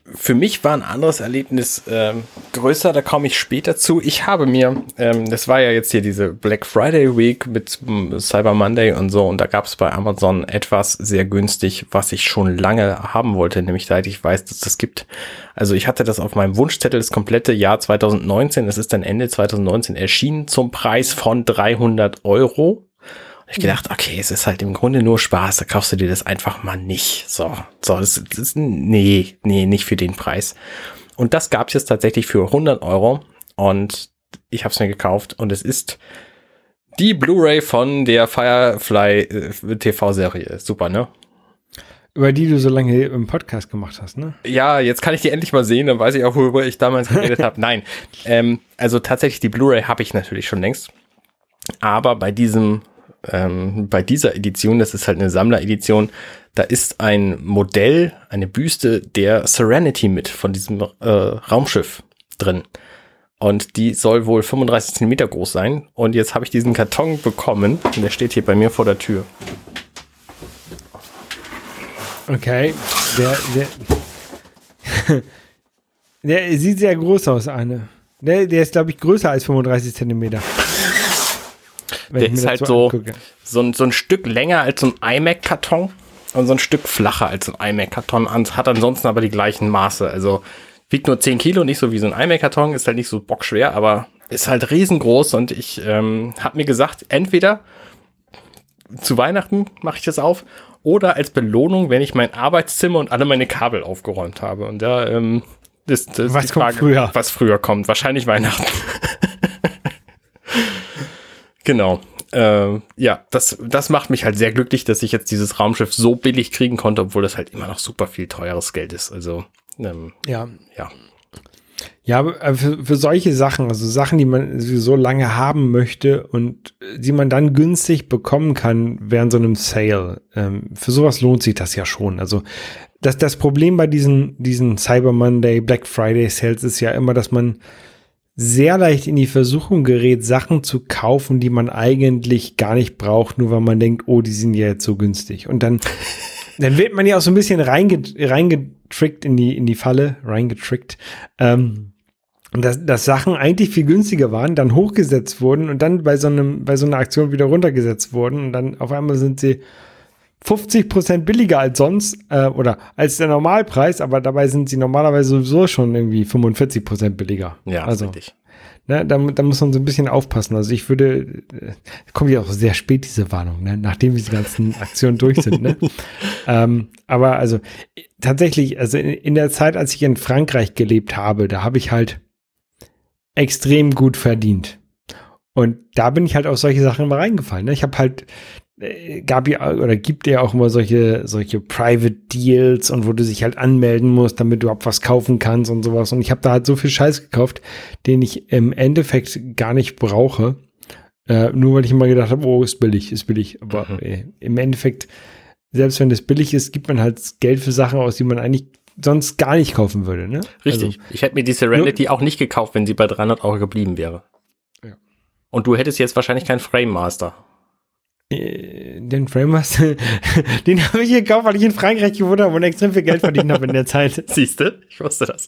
für mich war ein anderes Erlebnis größer, da komme ich später zu. Ich habe mir, das war ja jetzt hier diese Black Friday Week mit Cyber Monday und so, und da gab es bei Amazon etwas sehr günstig, was ich schon lange haben wollte, nämlich seit ich weiß, dass das gibt. Also ich hatte das auf meinem Wunschzettel das komplette Jahr 2019, das ist dann Ende 2019 erschienen, zum Preis von 300 €. Ich gedacht, okay, es ist halt im Grunde nur Spaß, da kaufst du dir das einfach mal nicht. Das ist, nee, nicht für den Preis. Und das gab es jetzt tatsächlich für 100 € und ich habe es mir gekauft und es ist die Blu-ray von der Firefly TV-Serie. Super, ne? Über die du so lange im Podcast gemacht hast, ne? Ja, jetzt kann ich die endlich mal sehen, dann weiß ich auch, worüber ich damals geredet habe. Nein, also tatsächlich die Blu-ray habe ich natürlich schon längst, aber bei dieser Edition, das ist halt eine Sammleredition, da ist ein Modell, eine Büste der Serenity mit von diesem Raumschiff drin. Und die soll wohl 35 Zentimeter groß sein. Und jetzt habe ich diesen Karton bekommen und der steht hier bei mir vor der Tür. Okay, der sieht sehr groß aus, Arne. Der ist, glaube ich, größer als 35 Zentimeter. Der ist halt so ein Stück länger als so ein iMac-Karton und so ein Stück flacher als ein iMac-Karton, hat ansonsten aber die gleichen Maße. Also wiegt nur 10 Kilo, nicht so wie so ein iMac-Karton, ist halt nicht so bockschwer, aber ist halt riesengroß und ich habe mir gesagt, entweder zu Weihnachten mache ich das auf oder als Belohnung, wenn ich mein Arbeitszimmer und alle meine Kabel aufgeräumt habe. Und da ist was die Frage, früher? Was früher kommt. Wahrscheinlich Weihnachten. Genau. Ja, das macht mich halt sehr glücklich, dass ich jetzt dieses Raumschiff so billig kriegen konnte, obwohl das halt immer noch super viel teures Geld ist. Also, ja. Ja. Ja, aber für solche Sachen, also Sachen, die man so lange haben möchte und die man dann günstig bekommen kann während so einem Sale, für sowas lohnt sich das ja schon. Also das Problem bei diesen Cyber Monday, Black Friday Sales ist ja immer, dass man sehr leicht in die Versuchung gerät, Sachen zu kaufen, die man eigentlich gar nicht braucht, nur weil man denkt, oh, die sind ja jetzt so günstig. Und dann wird man ja auch so ein bisschen reingetrickt in die Falle, dass Sachen eigentlich viel günstiger waren, dann hochgesetzt wurden und dann bei so einer Aktion wieder runtergesetzt wurden und dann auf einmal sind sie 50% billiger als sonst oder als der Normalpreis, aber dabei sind sie normalerweise sowieso schon irgendwie 45% billiger. Ja, also richtig. Ne, da muss man so ein bisschen aufpassen. Also ich würde, kommt ja auch sehr spät diese Warnung, ne, nachdem diese ganzen Aktionen durch sind. Ne? Aber also tatsächlich, also in der Zeit, als ich in Frankreich gelebt habe, da habe ich halt extrem gut verdient. Und da bin ich halt auf solche Sachen immer reingefallen. Ne? Ich habe halt gibt ja auch immer solche Private Deals und wo du dich halt anmelden musst, damit du überhaupt was kaufen kannst und sowas. Und ich habe da halt so viel Scheiß gekauft, den ich im Endeffekt gar nicht brauche. Nur weil ich immer gedacht habe, oh, ist billig. Aber im Endeffekt, selbst wenn das billig ist, gibt man halt Geld für Sachen aus, die man eigentlich sonst gar nicht kaufen würde. Ne? Richtig. Also, ich hätte mir die Serenity auch nicht gekauft, wenn sie bei 300 € geblieben wäre. Ja. Und du hättest jetzt wahrscheinlich keinen Frame Master. Den Framemaster, den habe ich gekauft, weil ich in Frankreich gewohnt habe und extrem viel Geld verdient habe in der Zeit. Siehst du? Ich wusste das.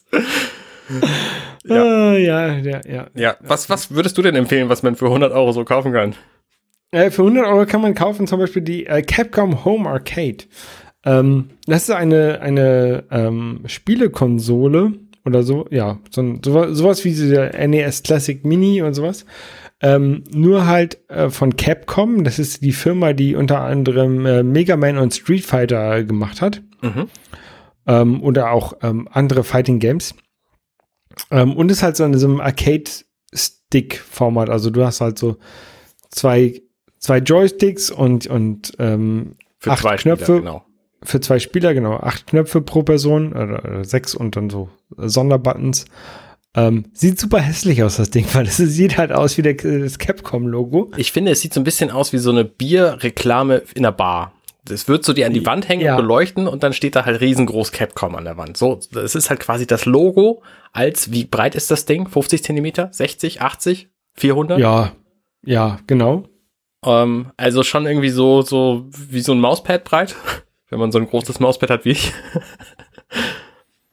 Ja. Was würdest du denn empfehlen, was man für 100 € so kaufen kann? Für 100 € kann man kaufen zum Beispiel die Capcom Home Arcade. Das ist eine Spielekonsole oder so, ja, sowas wie der NES Classic Mini und sowas. Nur halt von Capcom, das ist die Firma, die unter anderem Mega Man und Street Fighter gemacht hat. Oder auch andere Fighting Games. Und ist halt so in so einem Arcade-Stick-Format. Also du hast halt so zwei Joysticks und für 8 Knöpfe. Spieler, genau. Für 2 Spieler, genau. 8 Knöpfe pro Person oder 6 und dann so Sonderbuttons. Sieht super hässlich aus, das Ding, weil es sieht halt aus wie das Capcom-Logo. Ich finde, es sieht so ein bisschen aus wie so eine Bierreklame in der Bar. Das wird so dir an die Wand hängen und beleuchten und dann steht da halt riesengroß Capcom an der Wand. So, das ist halt quasi das Logo wie breit ist das Ding? 50 Zentimeter? 60? 80? 400? Ja, genau. Also schon irgendwie so wie so ein Mauspad breit, wenn man so ein großes Mauspad hat wie ich.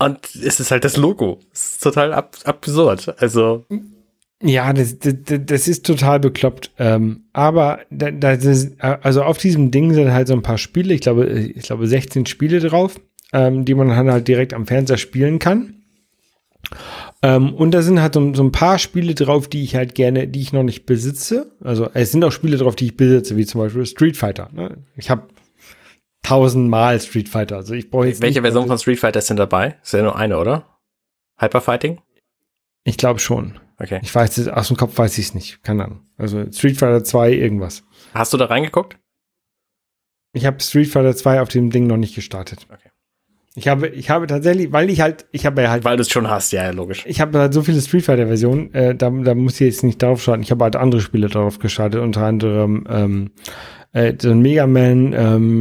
Und es ist halt das Logo. Es ist total absurd. Also. Ja, das ist total bekloppt. Aber also auf diesem Ding sind halt so ein paar Spiele, ich glaube 16 Spiele drauf, die man halt direkt am Fernseher spielen kann. Und da sind halt so ein paar Spiele drauf, die ich noch nicht besitze. Also es sind auch Spiele drauf, die ich besitze, wie zum Beispiel Street Fighter. Ne? Ich habe 1000-mal Street Fighter. Also ich brauche jetzt Welche Version von Street Fighter ist denn dabei? Ist ja nur eine, oder? Hyperfighting? Ich glaube schon. Okay. Ich weiß es, aus dem Kopf weiß ich es nicht. Keine Ahnung. Also Street Fighter 2, irgendwas. Hast du da reingeguckt? Ich habe Street Fighter 2 auf dem Ding noch nicht gestartet. Okay. Ich habe tatsächlich, weil du es schon hast, ja, logisch. Ich habe halt so viele Street Fighter Versionen, da muss ich jetzt nicht darauf starten. Ich habe halt andere Spiele darauf gestartet, unter anderem so ein Mega Man,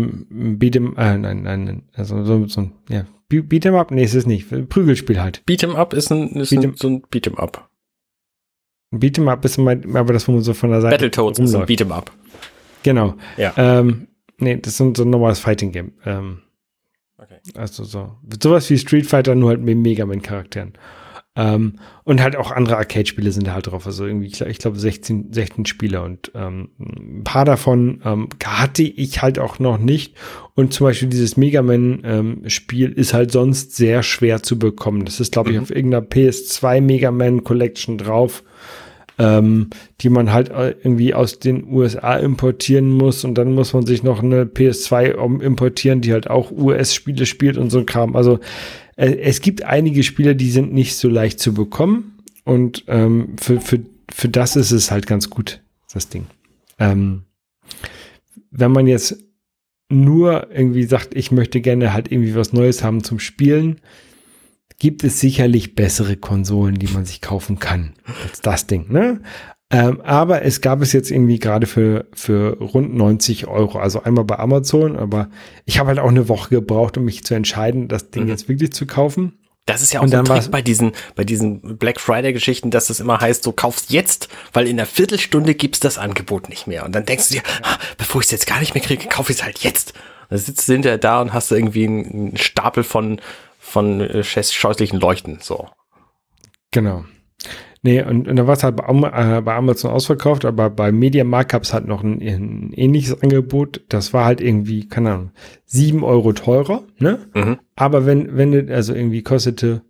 Beat'em Up? Nee, ist es nicht. Prügelspiel halt. Beat'em Up ist so ein Beat'em Up. Beat'em Up ist aber das, wo man so von der Seite Battletoads ist ein Beat'em Up. Genau. Ja. Nee, das ist so ein normales Fighting Game. Okay. Also sowas wie Street Fighter, nur halt mit Mega Man Charakteren. Und halt auch andere Arcade-Spiele sind da halt drauf. Also irgendwie, ich glaube 16 Spiele und ein paar davon hatte ich halt auch noch nicht. Und zum Beispiel dieses Mega Man Spiel ist halt sonst sehr schwer zu bekommen. Das ist, glaube ich, auf irgendeiner PS2 Mega Man Collection drauf, die man halt irgendwie aus den USA importieren muss. Und dann muss man sich noch eine PS2 importieren, die halt auch US-Spiele spielt und so ein Kram. Also es gibt einige Spiele, die sind nicht so leicht zu bekommen und für das ist es halt ganz gut, das Ding. Wenn man jetzt nur irgendwie sagt, ich möchte gerne halt irgendwie was Neues haben zum Spielen, gibt es sicherlich bessere Konsolen, die man sich kaufen kann als das Ding, ne? Aber es gab es jetzt irgendwie gerade für rund 90 €, also einmal bei Amazon, aber ich habe halt auch eine Woche gebraucht, um mich zu entscheiden, das Ding jetzt wirklich zu kaufen. Das ist ja auch so ein Trick bei diesen Black Friday-Geschichten, dass es immer heißt, so kaufst jetzt, weil in einer Viertelstunde gibt's das Angebot nicht mehr. Und dann denkst du dir, bevor ich es jetzt gar nicht mehr kriege, kauf ich es halt jetzt. Und dann sitzt du hinterher da und hast irgendwie einen Stapel von scheußlichen Leuchten, so. Genau. Nee, und dann war es halt bei Amazon ausverkauft, aber bei MediaMarkt gab es halt noch ein ähnliches Angebot. Das war halt irgendwie, keine Ahnung, 7 € teurer, ne? Mhm. Aber wenn du, also irgendwie kostete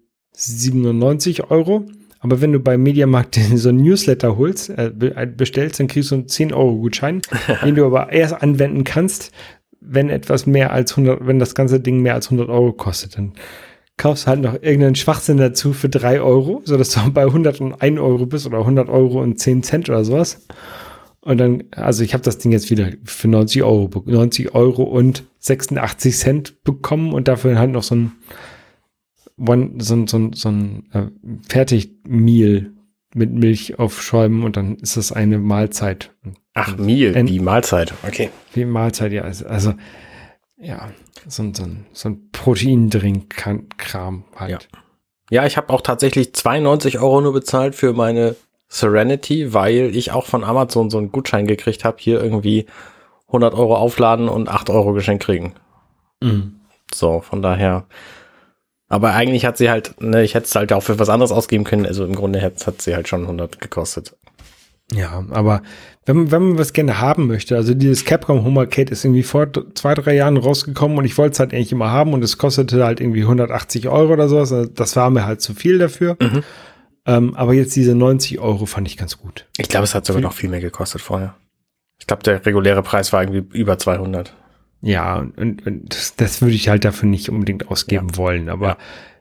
97 €, aber wenn du bei MediaMarkt so ein Newsletter holst, bestellst, dann kriegst du einen 10 € Gutschein, den du aber erst anwenden kannst, wenn wenn das ganze Ding mehr als 100 € kostet, dann kaufst halt noch irgendeinen Schwachsinn dazu für 3 €, sodass du bei 101 € bist oder 100 € und 10 Cent oder sowas. Und dann, also ich habe das Ding jetzt wieder für 90 € und 86 Cent bekommen und dafür halt noch so ein Fertigmeal mit Milch aufschäumen und dann ist das eine Mahlzeit. Ach, Meal, die Mahlzeit, okay. Wie Mahlzeit, ja. Also ja, so ein Proteindrink-Kram halt. Ja, ich habe auch tatsächlich 92 € nur bezahlt für meine Serenity, weil ich auch von Amazon so einen Gutschein gekriegt habe, hier irgendwie 100 € aufladen und 8 € Geschenk kriegen. Mhm. So, von daher. Aber eigentlich hat sie halt, ne, ich hätte es halt auch für was anderes ausgeben können, also im Grunde hat sie halt schon 100 gekostet. Ja, aber wenn man was gerne haben möchte, also dieses Capcom Home Arcade ist irgendwie vor 2-3 Jahren rausgekommen und ich wollte es halt eigentlich immer haben und es kostete halt irgendwie 180 € oder sowas. Also das war mir halt zu viel dafür. Mhm. Aber jetzt diese 90 € fand ich ganz gut. Ich glaube, es hat sogar noch viel mehr gekostet vorher. Ich glaube, der reguläre Preis war irgendwie über 200. Ja, und das würde ich halt dafür nicht unbedingt ausgeben wollen. Aber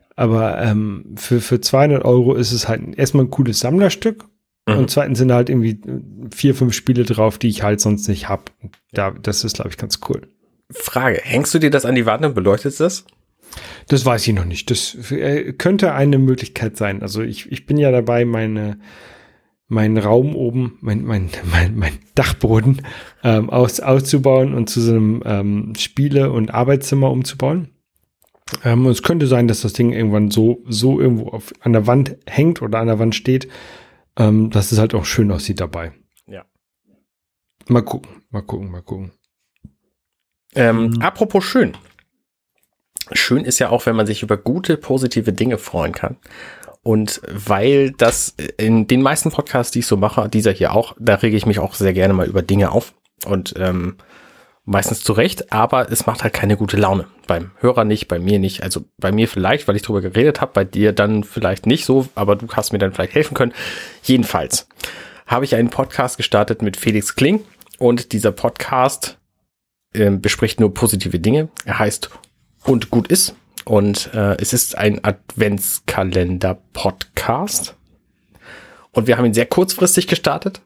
für 200 € ist es halt erstmal ein cooles Sammlerstück. Und zweitens sind halt irgendwie 4-5 Spiele drauf, die ich halt sonst nicht habe. Das ist, glaube ich, ganz cool. Frage, hängst du dir das an die Wand und beleuchtest das? Das weiß ich noch nicht. Das könnte eine Möglichkeit sein. Also ich bin ja dabei, meinen Raum oben, mein Dachboden auszubauen und zu so einem Spiele- und Arbeitszimmer umzubauen. Und es könnte sein, dass das Ding irgendwann so irgendwo an der Wand hängt oder an der Wand steht, dass es halt auch schön aussieht dabei. Ja. Mal gucken. Apropos schön. schön ist ja auch, wenn man sich über gute, positive Dinge freuen kann. Und weil das in den meisten Podcasts, die ich so mache, dieser hier auch, da rege ich mich auch sehr gerne mal über Dinge auf. Und meistens zu Recht, aber es macht halt keine gute Laune. Beim Hörer nicht, bei mir nicht. Also bei mir vielleicht, weil ich drüber geredet habe, bei dir dann vielleicht nicht so, aber du hast mir dann vielleicht helfen können. Jedenfalls habe ich einen Podcast gestartet mit Felix Kling und dieser Podcast bespricht nur positive Dinge. Er heißt Und gut ist und es ist ein Adventskalender-Podcast und wir haben ihn sehr kurzfristig gestartet.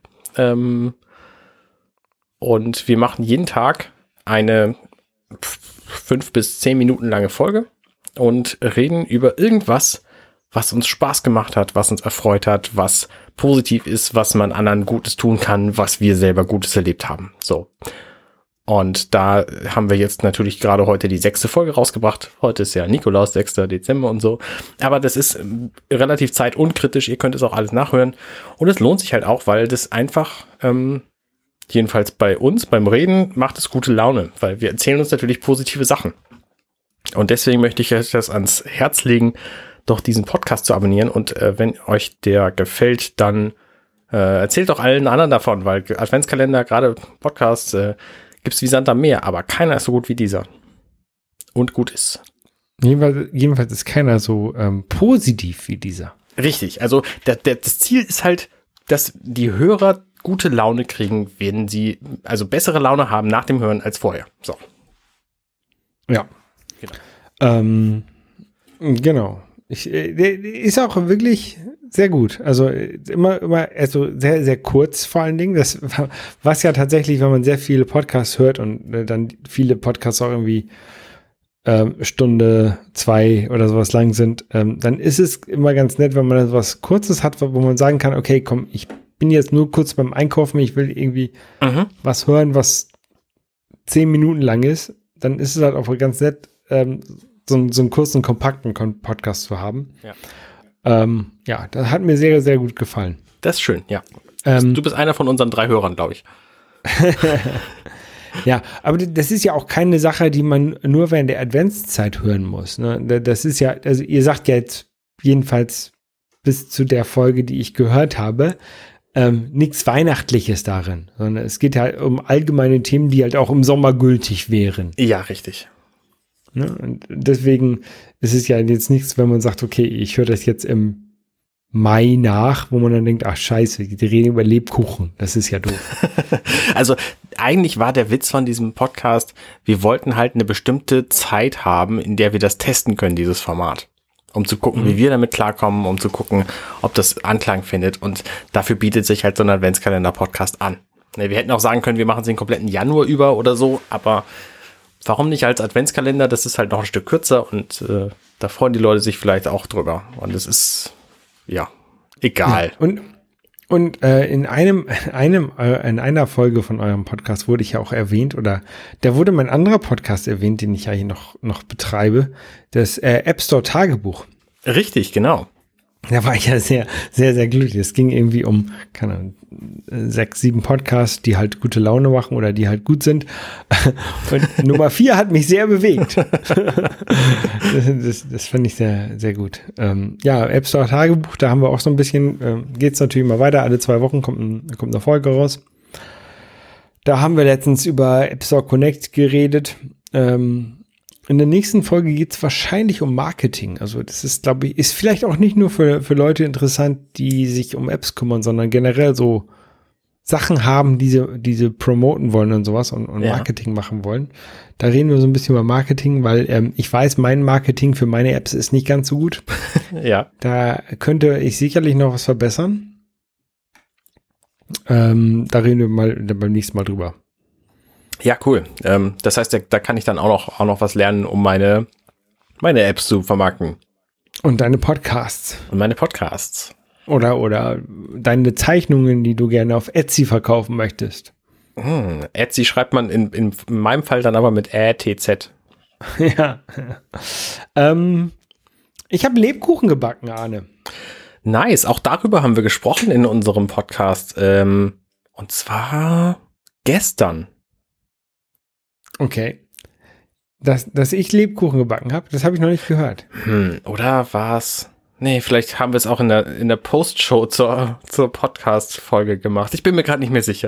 Und wir machen jeden Tag eine 5 bis 10 Minuten lange Folge und reden über irgendwas, was uns Spaß gemacht hat, was uns erfreut hat, was positiv ist, was man anderen Gutes tun kann, was wir selber Gutes erlebt haben. So. Und da haben wir jetzt natürlich gerade heute die 6. Folge rausgebracht. Heute ist ja Nikolaus, 6. Dezember und so. Aber das ist relativ zeitunkritisch. Ihr könnt es auch alles nachhören. Und es lohnt sich halt auch, weil das einfach jedenfalls bei uns, beim Reden, macht es gute Laune, weil wir erzählen uns natürlich positive Sachen. Und deswegen möchte ich euch das ans Herz legen, doch diesen Podcast zu abonnieren. Und wenn euch der gefällt, dann erzählt doch allen anderen davon, weil Adventskalender, gerade Podcasts, gibt's wie Sand am Meer, aber keiner ist so gut wie dieser. Und gut ist. Jedenfalls ist keiner so positiv wie dieser. Richtig, also das Ziel ist halt, dass die Hörer gute Laune kriegen, wenn sie also bessere Laune haben nach dem Hören als vorher. So. Ja. Genau. Ist auch wirklich sehr gut. Also immer, also sehr, sehr kurz vor allen Dingen. Das, was ja tatsächlich, wenn man sehr viele Podcasts hört und dann viele Podcasts auch irgendwie Stunde, 2 oder sowas lang sind, dann ist es immer ganz nett, wenn man was Kurzes hat, wo man sagen kann, okay, komm, ich bin jetzt nur kurz beim Einkaufen, ich will irgendwie was hören, was 10 Minuten lang ist, dann ist es halt auch ganz nett, so einen kurzen, kompakten Podcast zu haben. Ja, das hat mir sehr, sehr gut gefallen. Das ist schön, ja. Du bist einer von unseren 3 Hörern, glaube ich. Ja, aber das ist ja auch keine Sache, die man nur während der Adventszeit hören muss. Ne? Das ist ja, also ihr sagt ja jetzt jedenfalls bis zu der Folge, die ich gehört habe, nichts Weihnachtliches darin, sondern es geht halt um allgemeine Themen, die halt auch im Sommer gültig wären. Ja, richtig. Ne? Und deswegen ist es ja jetzt nichts, wenn man sagt, okay, ich höre das jetzt im Mai nach, wo man dann denkt, ach scheiße, die reden über Lebkuchen. Das ist ja doof. Also eigentlich war der Witz von diesem Podcast, wir wollten halt eine bestimmte Zeit haben, in der wir das testen können, dieses Format. Um zu gucken, wie wir damit klarkommen, um zu gucken, ob das Anklang findet. Und dafür bietet sich halt so ein Adventskalender-Podcast an. Wir hätten auch sagen können, wir machen es den kompletten Januar über oder so, aber warum nicht als Adventskalender? Das ist halt noch ein Stück kürzer und da freuen die Leute sich vielleicht auch drüber. Und es ist ja, egal. Ja, und in einer Folge von eurem Podcast wurde ich ja auch erwähnt, oder da wurde mein anderer Podcast erwähnt, den ich ja hier noch betreibe, das App Store Tagebuch. Richtig, genau. Da war ich ja sehr, sehr, sehr glücklich. Es ging irgendwie um, keine Ahnung, 6, 7 Podcasts, die halt gute Laune machen oder die halt gut sind. Und Nummer 4 hat mich sehr bewegt. Das fand ich sehr, sehr gut. Ja, App Store Tagebuch, da haben wir auch so ein bisschen, geht's natürlich mal weiter. Alle 2 Wochen kommt eine Folge raus. Da haben wir letztens über App Store Connect geredet. In der nächsten Folge geht es wahrscheinlich um Marketing. Also das ist, glaube ich, ist vielleicht auch nicht nur für Leute interessant, die sich um Apps kümmern, sondern generell so Sachen haben, die sie promoten wollen und sowas und Marketing machen wollen. Da reden wir so ein bisschen über Marketing, weil ich weiß, mein Marketing für meine Apps ist nicht ganz so gut. Ja. Da könnte ich sicherlich noch was verbessern. Da reden wir mal beim nächsten Mal drüber. Ja, cool. Das heißt, da kann ich dann auch noch was lernen, um meine Apps zu vermarkten. Und deine Podcasts. Und meine Podcasts. Oder deine Zeichnungen, die du gerne auf Etsy verkaufen möchtest. Etsy schreibt man in meinem Fall dann aber mit TZ. Ja. Ich habe Lebkuchen gebacken, Arne. Nice. Auch darüber haben wir gesprochen in unserem Podcast. Und zwar gestern. Okay. Dass ich Lebkuchen gebacken habe, das habe ich noch nicht gehört. Oder war's? Nee, vielleicht haben wir es auch in der Post-Show zur Podcast-Folge gemacht. Ich bin mir gerade nicht mehr sicher.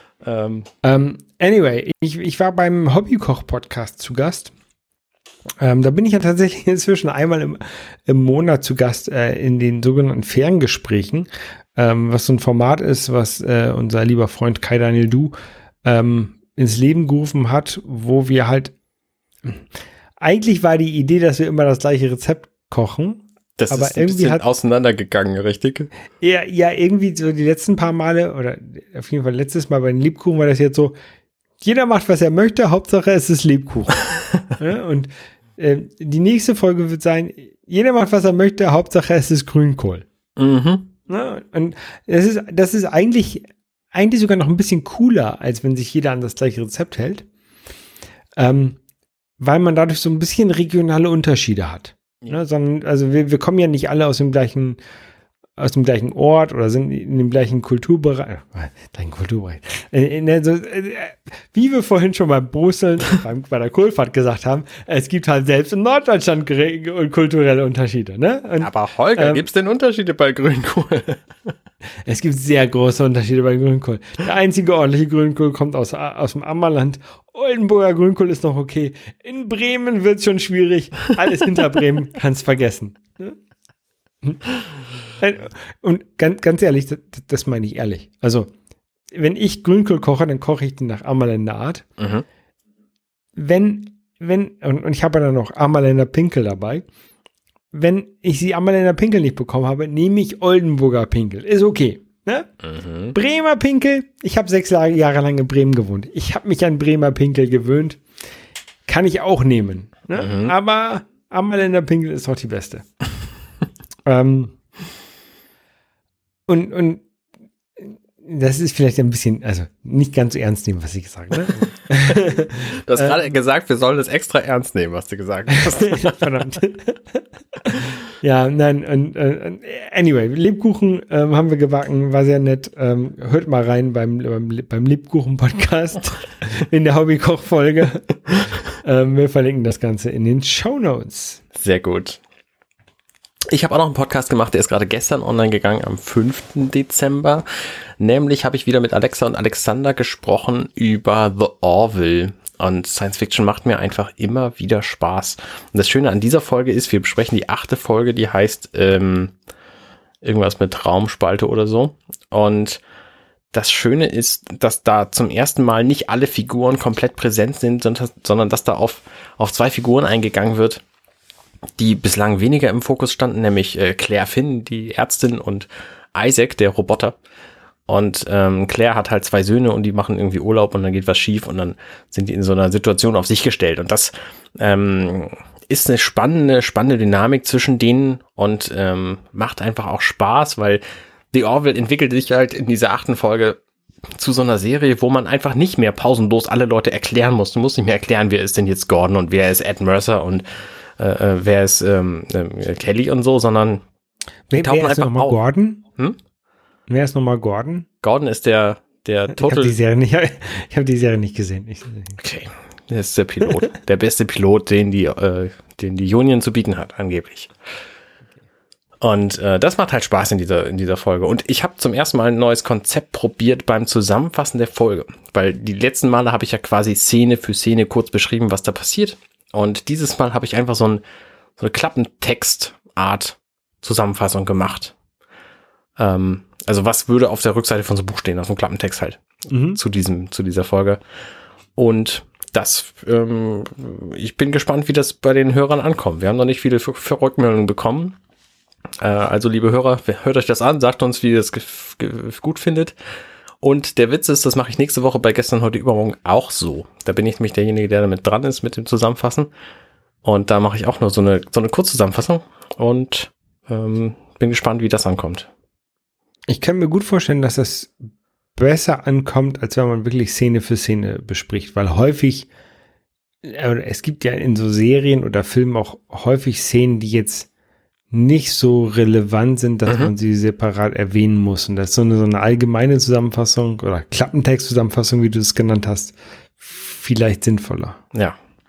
Anyway, ich war beim Hobbykoch-Podcast zu Gast. Da bin ich ja tatsächlich inzwischen einmal im Monat zu Gast in den sogenannten Ferngesprächen, was so ein Format ist, was unser lieber Freund Kai Daniel Du ins Leben gerufen hat, wo wir halt eigentlich war die Idee, dass wir immer das gleiche Rezept kochen. Das aber ist ein irgendwie bisschen auseinandergegangen, richtig? Ja, irgendwie so die letzten paar Male oder auf jeden Fall letztes Mal bei den Lebkuchen war das jetzt so, jeder macht, was er möchte, Hauptsache es ist Lebkuchen. Ja, und die nächste Folge wird sein, jeder macht, was er möchte, Hauptsache es ist Grünkohl. Mhm. Ja, und das ist eigentlich sogar noch ein bisschen cooler, als wenn sich jeder an das gleiche Rezept hält. Weil man dadurch so ein bisschen regionale Unterschiede hat. Ja. Ne, sondern, also wir kommen ja nicht alle aus dem gleichen Ort oder sind in dem gleichen Kulturbereich. Wie wir vorhin schon beim Brusseln bei der Kohlfahrt gesagt haben, es gibt halt selbst in Norddeutschland kulturelle Unterschiede. Ne? Und, aber Holger, gibt es denn Unterschiede bei Grünkohl? Es gibt sehr große Unterschiede bei Grünkohl. Der einzige ordentliche Grünkohl kommt aus dem Ammerland. Oldenburger Grünkohl ist noch okay. In Bremen wird es schon schwierig. Alles hinter Bremen kannst vergessen. Und ganz ehrlich, das meine ich ehrlich. Also, wenn ich Grünkohl koche, dann koche ich den nach Ammerländer Art. Mhm. Und ich habe dann noch Ammerländer Pinkel dabei. Wenn ich die Ammerländer Pinkel nicht bekommen habe, nehme ich Oldenburger Pinkel. Ist okay. Ne? Mhm. Bremer Pinkel. Ich habe 6 Jahre lang in Bremen gewohnt. Ich habe mich an Bremer Pinkel gewöhnt. Kann ich auch nehmen. Ne? Mhm. Aber Ammerländer Pinkel ist doch die beste. Und das ist vielleicht ein bisschen, also nicht ganz so ernst nehmen, was ich gesagt habe. Ne? Du hast gerade gesagt, wir sollen das extra ernst nehmen, was du gesagt hast. Verdammt. Ja, nein, und anyway, Lebkuchen haben wir gebacken, war sehr nett. Hört mal rein beim Lebkuchen-Podcast in der Hobbykoch-Folge. Wir verlinken das Ganze in den Shownotes. Sehr gut. Ich habe auch noch einen Podcast gemacht, der ist gerade gestern online gegangen, am 5. Dezember. Nämlich habe ich wieder mit Alexa und Alexander gesprochen über The Orville. Und Science Fiction macht mir einfach immer wieder Spaß. Und das Schöne an dieser Folge ist, wir besprechen die 8. Folge, die heißt irgendwas mit Raumspalte oder so. Und das Schöne ist, dass da zum ersten Mal nicht alle Figuren komplett präsent sind, sondern dass da auf 2 Figuren eingegangen wird, die bislang weniger im Fokus standen, nämlich Claire Finn, die Ärztin, und Isaac, der Roboter. Und Claire hat halt 2 Söhne und die machen irgendwie Urlaub und dann geht was schief und dann sind die in so einer Situation auf sich gestellt. Und das ist eine spannende Dynamik zwischen denen und macht einfach auch Spaß, weil The Orville entwickelt sich halt in dieser 8. Folge zu so einer Serie, wo man einfach nicht mehr pausenlos alle Leute erklären muss. Du musst nicht mehr erklären, wer ist denn jetzt Gordon und wer ist Ed Mercer und wer ist Kelly und so, sondern wer ist nochmal Gordon? Wer ist nochmal Gordon? Gordon ist der Total... Ich habe die Serie nicht gesehen. Okay, der ist der Pilot. Der beste Pilot, den die Union zu bieten hat, angeblich. Und das macht halt Spaß in dieser Folge. Und ich habe zum ersten Mal ein neues Konzept probiert beim Zusammenfassen der Folge. Weil die letzten Male habe ich ja quasi Szene für Szene kurz beschrieben, was da passiert. Und dieses Mal habe ich einfach so eine Klappentextart Zusammenfassung gemacht. Also was würde auf der Rückseite von so einem Buch stehen, auf so einem Klappentext halt, zu dieser Folge. Und das, ich bin gespannt, wie das bei den Hörern ankommt. Wir haben noch nicht viele Rückmeldungen bekommen. Also liebe Hörer, hört euch das an, sagt uns, wie ihr es gut findet. Und der Witz ist, das mache ich nächste Woche bei Gestern, Heute, Übermorgen auch so. Da bin ich nämlich derjenige, der damit dran ist mit dem Zusammenfassen. Und da mache ich auch nur so eine Kurzzusammenfassung und bin gespannt, wie das ankommt. Ich kann mir gut vorstellen, dass das besser ankommt, als wenn man wirklich Szene für Szene bespricht, weil häufig, es gibt ja in so Serien oder Filmen auch häufig Szenen, die jetzt nicht so relevant sind, dass man sie separat erwähnen muss. Und das ist so eine allgemeine Zusammenfassung oder Klappentext-Zusammenfassung, wie du es genannt hast, vielleicht sinnvoller. Ja,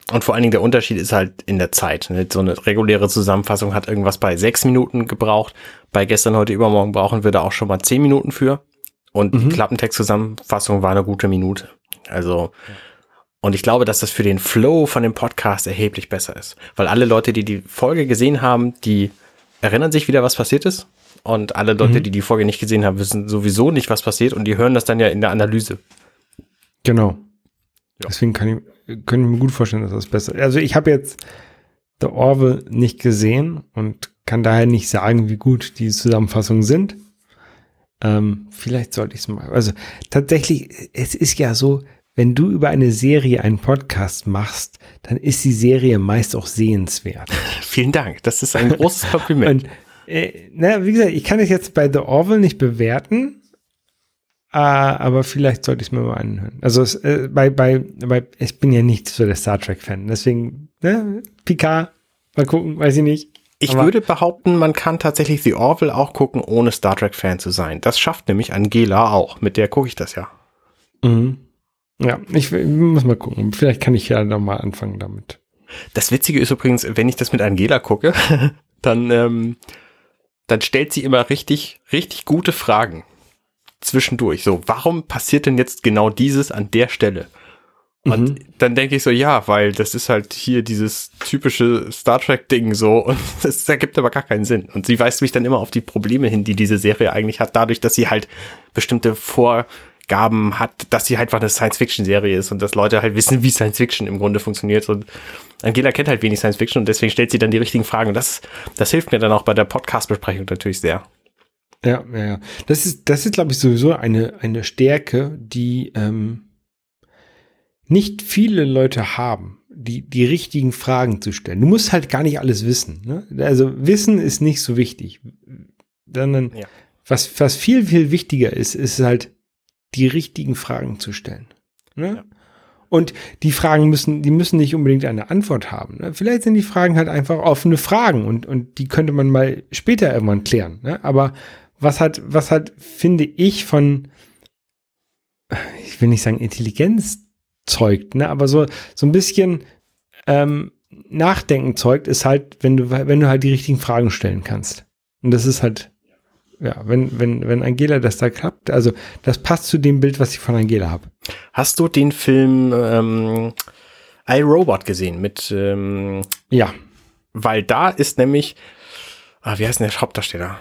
Und vor allen Dingen der Unterschied ist halt in der Zeit. So eine reguläre Zusammenfassung hat irgendwas bei 6 Minuten gebraucht. Bei gestern, heute, übermorgen brauchen wir da auch schon mal 10 Minuten für. Und die Klappentext-Zusammenfassung war eine gute Minute. Also, und ich glaube, dass das für den Flow von dem Podcast erheblich besser ist. Weil alle Leute, die die Folge gesehen haben, die erinnern sich wieder, was passiert ist. Und alle Leute, die die Folge nicht gesehen haben, wissen sowieso nicht, was passiert. Und die hören das dann ja in der Analyse. Genau. Ja. Deswegen kann ich mir gut vorstellen, dass das besser ist. Also ich habe jetzt The Orville nicht gesehen und kann daher nicht sagen, wie gut die Zusammenfassungen sind. Vielleicht sollte ich es mal. Also tatsächlich, es ist ja so, wenn du über eine Serie einen Podcast machst, dann ist die Serie meist auch sehenswert. Vielen Dank, das ist ein großes Kompliment. Und, wie gesagt, ich kann es jetzt bei The Orville nicht bewerten, aber vielleicht sollte ich es mir mal anhören. Also ich bin ja nicht so der Star Trek-Fan, deswegen, Picard, mal gucken, weiß ich nicht. Ich würde behaupten, man kann tatsächlich The Orville auch gucken, ohne Star Trek-Fan zu sein. Das schafft nämlich Angela auch, mit der gucke ich das ja. Mhm. Ja, ich muss mal gucken, vielleicht kann ich ja noch mal anfangen damit. Das Witzige ist übrigens, wenn ich das mit Angela gucke, dann stellt sie immer richtig, richtig gute Fragen zwischendurch. So, warum passiert denn jetzt genau dieses an der Stelle? Und dann denke ich so, ja, weil das ist halt hier dieses typische Star Trek-Ding so und das ergibt aber gar keinen Sinn. Und sie weist mich dann immer auf die Probleme hin, die diese Serie eigentlich hat, dadurch, dass sie halt bestimmte Vorgaben hat, dass sie halt einfach eine Science-Fiction-Serie ist und dass Leute halt wissen, wie Science-Fiction im Grunde funktioniert. Und Angela kennt halt wenig Science-Fiction und deswegen stellt sie dann die richtigen Fragen. Und das hilft mir dann auch bei der Podcast-Besprechung natürlich sehr. Ja. Das ist, glaube ich, sowieso eine Stärke, die nicht viele Leute haben, die richtigen Fragen zu stellen. Du musst halt gar nicht alles wissen. Ne? Also Wissen ist nicht so wichtig. Sondern was viel, viel wichtiger ist halt, die richtigen Fragen zu stellen. Ne? Ja. Und die Fragen müssen nicht unbedingt eine Antwort haben. Ne? Vielleicht sind die Fragen halt einfach offene Fragen und die könnte man mal später irgendwann klären. Ne? Aber was halt, finde ich, von, ich will nicht sagen Intelligenz zeugt, ne? Aber so ein bisschen Nachdenken zeugt, ist halt, wenn du halt die richtigen Fragen stellen kannst. Und das ist halt, ja, wenn Angela das da klappt, also das passt zu dem Bild, was ich von Angela habe. Hast du den Film iRobot gesehen mit ja. Weil da ist nämlich, wie heißt denn der Hauptdarsteller?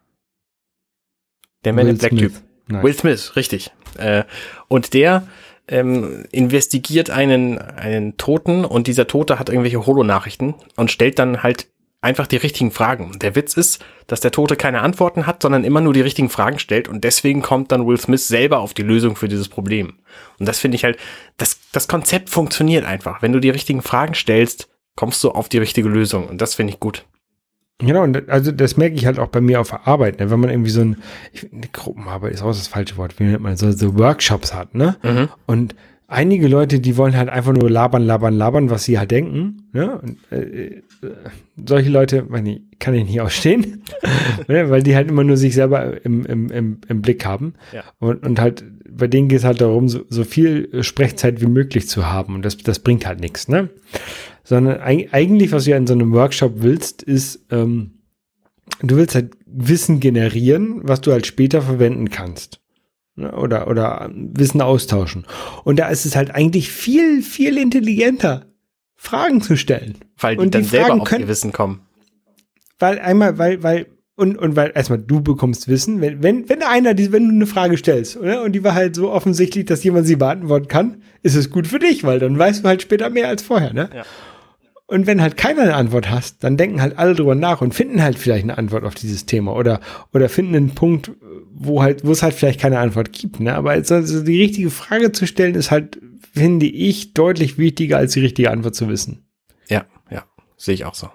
Der Man in Black Typ. Will Smith, richtig. Und der investigiert einen Toten und dieser Tote hat irgendwelche Holo-Nachrichten und stellt dann halt einfach die richtigen Fragen. Der Witz ist, dass der Tote keine Antworten hat, sondern immer nur die richtigen Fragen stellt und deswegen kommt dann Will Smith selber auf die Lösung für dieses Problem. Und das finde ich halt, das Konzept funktioniert einfach. Wenn du die richtigen Fragen stellst, kommst du auf die richtige Lösung und das finde ich gut. Genau, und also das merke ich halt auch bei mir auf der Arbeit, ne? Wenn man irgendwie eine Gruppenarbeit ist auch das falsche Wort, wie nennt man so Workshops hat, ne? Und einige Leute, die wollen halt einfach nur labern, was sie halt denken, ne? Und solche Leute, kann ich nicht ausstehen, ne? Weil die halt immer nur sich selber im Blick haben. Ja. Und halt, bei denen geht es halt darum, so viel Sprechzeit wie möglich zu haben und das bringt halt nichts, ne? Sondern eigentlich, was du ja in so einem Workshop willst, ist, du willst halt Wissen generieren, was du halt später verwenden kannst. Ne? Oder Wissen austauschen. Und da ist es halt eigentlich viel, viel intelligenter, Fragen zu stellen. Weil die dann selber auf ihr Wissen kommen. Weil erstmal du bekommst Wissen, wenn du eine Frage stellst, oder? Und die war halt so offensichtlich, dass jemand sie beantworten kann, ist es gut für dich, weil dann weißt du halt später mehr als vorher, ne? Ja. Und wenn halt keiner eine Antwort hast, dann denken halt alle drüber nach und finden halt vielleicht eine Antwort auf dieses Thema oder finden einen Punkt, wo es halt vielleicht keine Antwort gibt, ne? Aber also die richtige Frage zu stellen ist halt, finde ich, deutlich wichtiger als die richtige Antwort zu wissen. Ja, sehe ich auch so.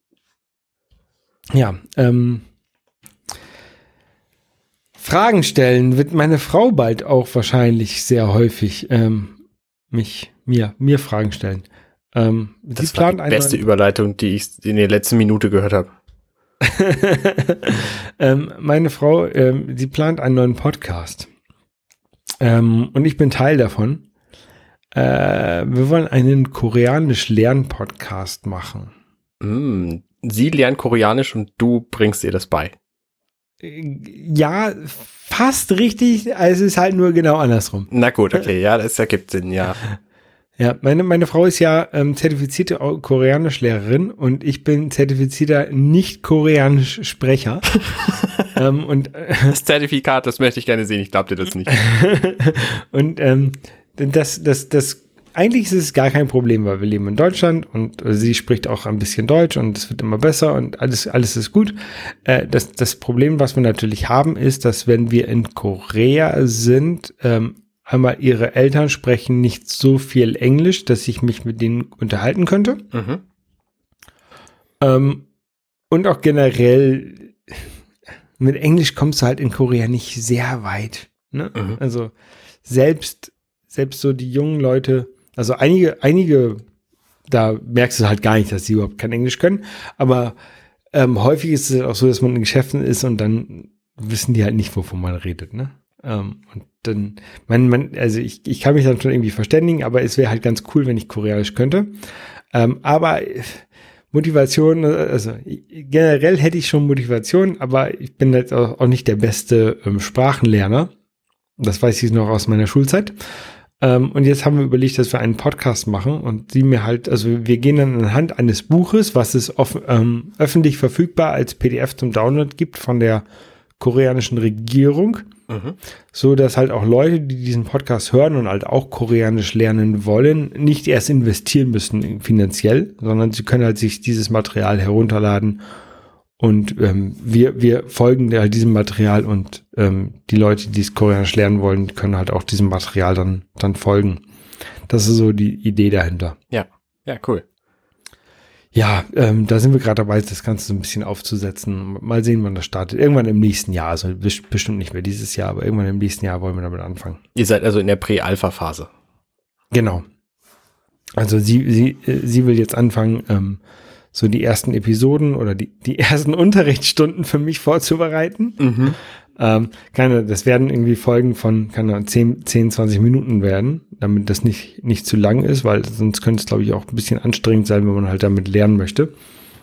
Ja, Fragen stellen wird meine Frau bald auch wahrscheinlich sehr häufig mir Fragen stellen. Das war die beste Überleitung, die ich in der letzten Minute gehört habe. Meine Frau, sie plant einen neuen Podcast. Und ich bin Teil davon. Wir wollen einen Koreanisch-Lern-Podcast machen. Sie lernt Koreanisch und du bringst ihr das bei. Ja, fast richtig. Es ist halt nur genau andersrum. Na gut, okay, ja, das ergibt Sinn, ja. Ja, meine Frau ist ja zertifizierte Koreanischlehrerin und ich bin zertifizierter Nicht-Koreanisch-Sprecher. Das Zertifikat, das möchte ich gerne sehen, ich glaube dir das nicht. Und das eigentlich ist es gar kein Problem, weil wir leben in Deutschland und sie spricht auch ein bisschen Deutsch und es wird immer besser und alles ist gut. Das Problem, was wir natürlich haben, ist, dass wenn wir in Korea sind, einmal ihre Eltern sprechen nicht so viel Englisch, dass ich mich mit denen unterhalten könnte. Und auch generell mit Englisch kommst du halt in Korea nicht sehr weit. Ne? Also selbst so die jungen Leute, also einige, da merkst du halt gar nicht, dass sie überhaupt kein Englisch können, aber häufig ist es auch so, dass man in Geschäften ist und dann wissen die halt nicht, wovon man redet, ne? Und dann, also ich kann mich dann schon irgendwie verständigen, aber es wäre halt ganz cool, wenn ich Koreanisch könnte. Aber Motivation, also generell hätte ich schon Motivation, aber ich bin jetzt auch nicht der beste Sprachenlerner. Das weiß ich noch aus meiner Schulzeit. Und jetzt haben wir überlegt, dass wir einen Podcast machen und sie mir halt, also wir gehen dann anhand eines Buches, was es öffentlich verfügbar als PDF zum Download gibt von der koreanischen Regierung, so dass halt auch Leute, die diesen Podcast hören und halt auch Koreanisch lernen wollen, nicht erst investieren müssen finanziell, sondern sie können halt sich dieses Material herunterladen und wir folgen halt diesem Material und die Leute, die es Koreanisch lernen wollen, können halt auch diesem Material dann folgen. Das ist so die Idee dahinter. Ja, cool. Ja, da sind wir gerade dabei, das Ganze so ein bisschen aufzusetzen. Mal sehen, wann das startet. Irgendwann im nächsten Jahr, also bestimmt nicht mehr dieses Jahr, aber irgendwann im nächsten Jahr wollen wir damit anfangen. Ihr seid also in der Prä-Alpha-Phase. Genau. Also sie will jetzt anfangen, so die ersten Episoden oder die ersten Unterrichtsstunden für mich vorzubereiten. Das werden irgendwie Folgen von 10, 20 Minuten werden, damit das nicht zu lang ist, weil sonst könnte es, glaube ich, auch ein bisschen anstrengend sein, wenn man halt damit lernen möchte.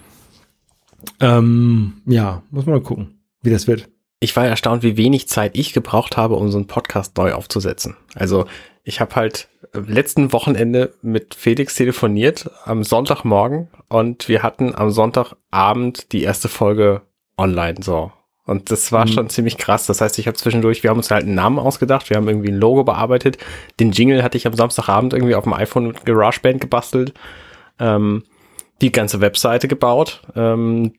Ja, muss man mal gucken, wie das wird. Ich war erstaunt, wie wenig Zeit ich gebraucht habe, um so einen Podcast neu aufzusetzen. Also ich habe halt letzten Wochenende mit Felix telefoniert am Sonntagmorgen und wir hatten am Sonntagabend die erste Folge online, so. Und das war schon ziemlich krass. Das heißt, wir haben uns halt einen Namen ausgedacht, wir haben irgendwie ein Logo bearbeitet. Den Jingle hatte ich am Samstagabend irgendwie auf dem iPhone mit GarageBand gebastelt, die ganze Webseite gebaut, den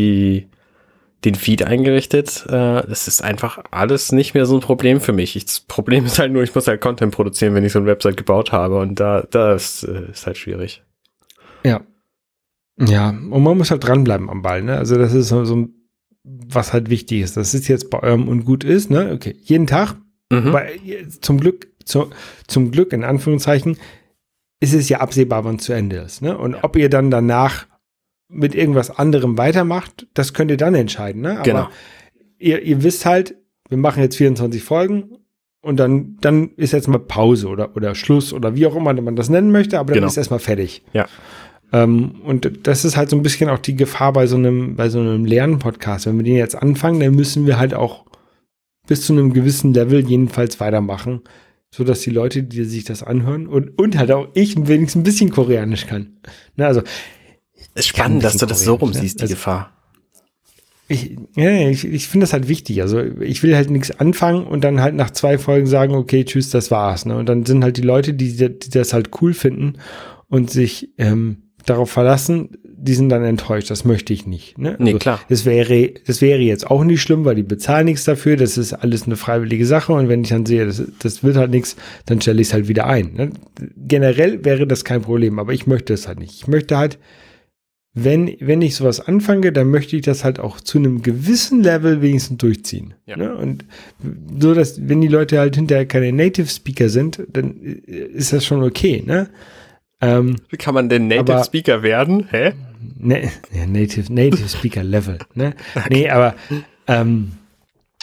Feed eingerichtet. Das ist einfach alles nicht mehr so ein Problem für mich. Das Problem ist halt nur, ich muss halt Content produzieren, wenn ich so eine Website gebaut habe. Und das ist halt schwierig. Ja. Ja, und man muss halt dranbleiben am Ball, ne? Also das ist so was halt wichtig ist. Das ist jetzt bei eurem und gut ist, ne? Okay, jeden Tag. Weil zum Glück, in Anführungszeichen, ist es ja absehbar, wann es zu Ende ist, ne? Und ob ihr dann danach mit irgendwas anderem weitermacht, das könnt ihr dann entscheiden, ne? Aber genau. Ihr wisst halt, wir machen jetzt 24 Folgen und dann ist jetzt mal Pause oder Schluss oder wie auch immer man das nennen möchte, aber dann ist erstmal fertig. Ja. Und das ist halt so ein bisschen auch die Gefahr bei so einem Lernen-Podcast. Wenn wir den jetzt anfangen, dann müssen wir halt auch bis zu einem gewissen Level jedenfalls weitermachen, so dass die Leute, die sich das anhören und halt auch ich wenigstens ein bisschen Koreanisch kann. Ne, also ist spannend, dass du das so rumsiehst, die Gefahr. Ich finde das halt wichtig. Also ich will halt nichts anfangen und dann halt nach 2 Folgen sagen, okay, tschüss, das war's. Ne? Und dann sind halt die Leute, die das halt cool finden und sich darauf verlassen, die sind dann enttäuscht. Das möchte ich nicht. Ne? Nee, klar. Das wäre jetzt auch nicht schlimm, weil die bezahlen nichts dafür. Das ist alles eine freiwillige Sache. Und wenn ich dann sehe, das wird halt nichts, dann stelle ich es halt wieder ein. Ne? Generell wäre das kein Problem, aber ich möchte es halt nicht. Ich möchte halt, wenn ich sowas anfange, dann möchte ich das halt auch zu einem gewissen Level wenigstens durchziehen. Ja. Ne? Und so, dass, wenn die Leute halt hinterher keine Native Speaker sind, dann ist das schon okay, ne? Wie kann man denn Native Speaker werden? Hä? Native Speaker Level, ne? Okay. Nee, aber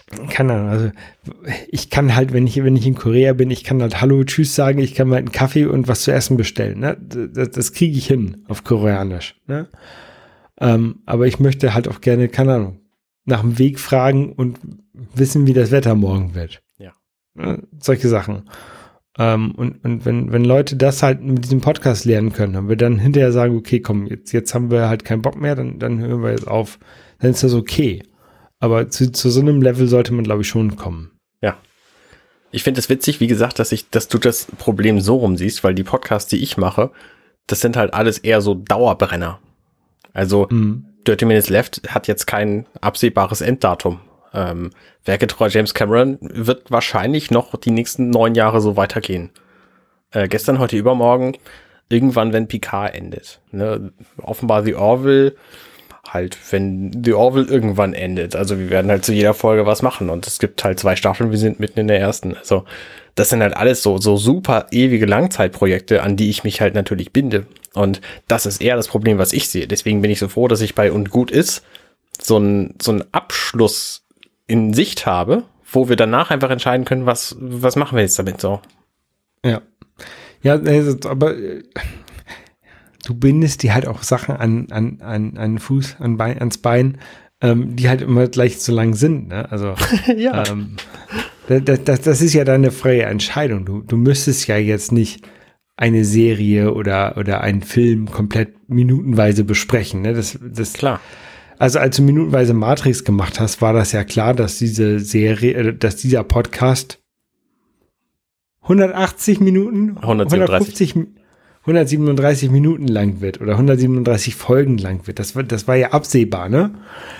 keine Ahnung, also ich kann halt, wenn ich in Korea bin, ich kann halt Hallo, Tschüss sagen, ich kann mal einen Kaffee und was zu essen bestellen. Ne? Das kriege ich hin auf Koreanisch. Ne? Aber ich möchte halt auch gerne, keine Ahnung, nach dem Weg fragen und wissen, wie das Wetter morgen wird. Ja. Ne? Solche Sachen. Und wenn Leute das halt mit diesem Podcast lernen können, und wir dann hinterher sagen, okay, komm, jetzt haben wir halt keinen Bock mehr, dann hören wir jetzt auf, dann ist das okay. Aber zu so einem Level sollte man, glaube ich, schon kommen. Ja. Ich finde es witzig, wie gesagt, dass du das Problem so rum siehst, weil die Podcasts, die ich mache, das sind halt alles eher so Dauerbrenner. Also 30 Minutes Left hat jetzt kein absehbares Enddatum. Werketreu James Cameron wird wahrscheinlich noch die nächsten 9 Jahre so weitergehen. Gestern, heute, übermorgen, irgendwann, wenn Picard endet. Ne? Offenbar The Orville, halt, wenn The Orville irgendwann endet. Also wir werden halt zu jeder Folge was machen und es gibt halt 2 Staffeln, wir sind mitten in der ersten. Also das sind halt alles so super ewige Langzeitprojekte, an die ich mich halt natürlich binde. Und das ist eher das Problem, was ich sehe. Deswegen bin ich so froh, dass ich bei Und gut ist so ein Abschluss in Sicht habe, wo wir danach einfach entscheiden können, was machen wir jetzt damit so. Ja. Ja, also, aber du bindest dir halt auch Sachen an Fuß, ans Bein, die halt immer gleich so lang sind, ne? Also ja. Das ist ja deine freie Entscheidung. Du müsstest ja jetzt nicht eine Serie oder einen Film komplett minutenweise besprechen, ne? Das klar. Also als du minutenweise Matrix gemacht hast, war das ja klar, dass diese Serie, dass dieser Podcast 180 Minuten, 137 Minuten lang wird oder 137 Folgen lang wird. Das war ja absehbar, ne?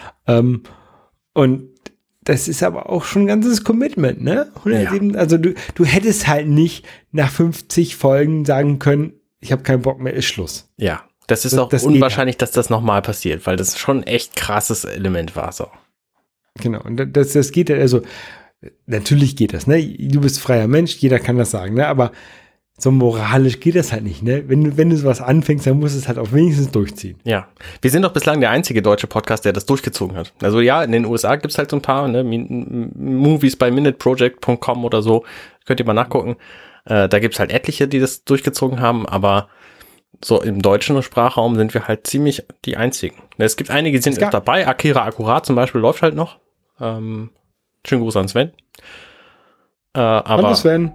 Und das ist aber auch schon ein ganzes Commitment, ne? 107, ja. Also du hättest halt nicht nach 50 Folgen sagen können, ich habe keinen Bock mehr, ist Schluss. Ja. Das ist auch unwahrscheinlich, dass das nochmal passiert, weil das schon ein echt krasses Element war. So. Genau, und das geht ja, also natürlich geht das, ne? Du bist freier Mensch, jeder kann das sagen, ne? Aber so moralisch geht das halt nicht, ne? Wenn du sowas anfängst, dann musst du es halt auch wenigstens durchziehen. Ja, wir sind doch bislang der einzige deutsche Podcast, der das durchgezogen hat. Also ja, in den USA gibt es halt so ein paar, ne? Movies bei minuteproject.com oder so, könnt ihr mal nachgucken. Da gibt es halt etliche, die das durchgezogen haben, aber so im deutschen Sprachraum sind wir halt ziemlich die einzigen. Es gibt einige, die sind jetzt dabei. Akira Akkurat zum Beispiel läuft halt noch. Schönen Gruß an Sven. Hallo Sven.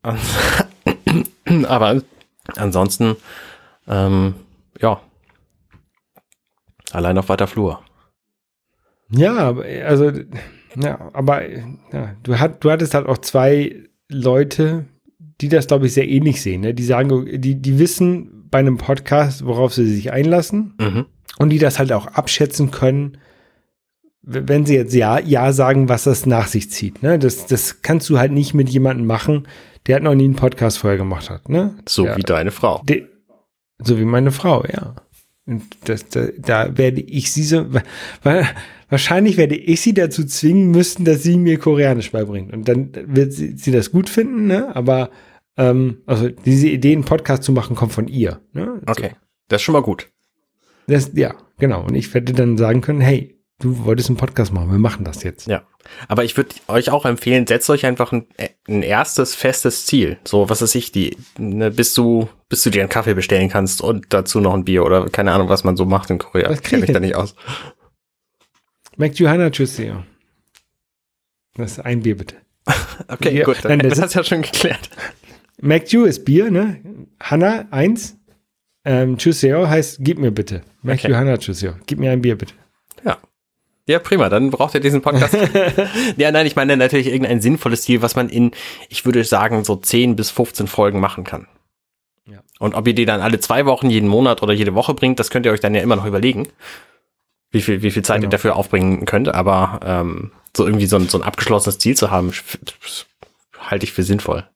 Aber ansonsten, ja, allein auf weiter Flur. Ja, also, ja, aber ja, du hattest halt auch 2 Leute, die das, glaube ich, sehr ähnlich sehen. Ne? Die sagen, die wissen bei einem Podcast, worauf sie sich einlassen und die das halt auch abschätzen können, wenn sie jetzt ja sagen, was das nach sich zieht. Ne? Das kannst du halt nicht mit jemandem machen, der halt noch nie einen Podcast vorher gemacht hat. Ne? So wie deine Frau. So wie meine Frau, ja. Und da werde ich sie so, wahrscheinlich werde ich sie dazu zwingen müssen, dass sie mir Koreanisch beibringt. Und dann wird sie das gut finden, ne? Aber also diese Idee, einen Podcast zu machen, kommt von ihr. Ne? Okay, das ist schon mal gut. Ja, genau. Und ich werde dann sagen können, hey, du wolltest einen Podcast machen, wir machen das jetzt. Ja, aber ich würde euch auch empfehlen, setzt euch einfach ein erstes festes Ziel. So, was weiß ich, bis du dir einen Kaffee bestellen kannst und dazu noch ein Bier oder keine Ahnung, was man so macht in Korea. Ich kenne mich da nicht aus. Macju Hana, tschüss. Das ist ein Bier, bitte. Okay, Bier. Gut, Nein, das hast du ja schon geklärt. Macju ist Bier, ne? Hana 1. Tschüsseo heißt, gib mir bitte. Macju Hana, tschüsseo. Gib mir ein Bier, bitte. Ja. Ja, prima, dann braucht ihr diesen Podcast. Ja, nein, ich meine natürlich irgendein sinnvolles Ziel, was man ich würde sagen, so 10 bis 15 Folgen machen kann. Ja. Und ob ihr die dann alle 2 Wochen, jeden Monat oder jede Woche bringt, das könnt ihr euch dann ja immer noch überlegen, wie viel Zeit ihr dafür aufbringen könnt. Aber so irgendwie so ein abgeschlossenes Ziel zu haben, halte ich für sinnvoll.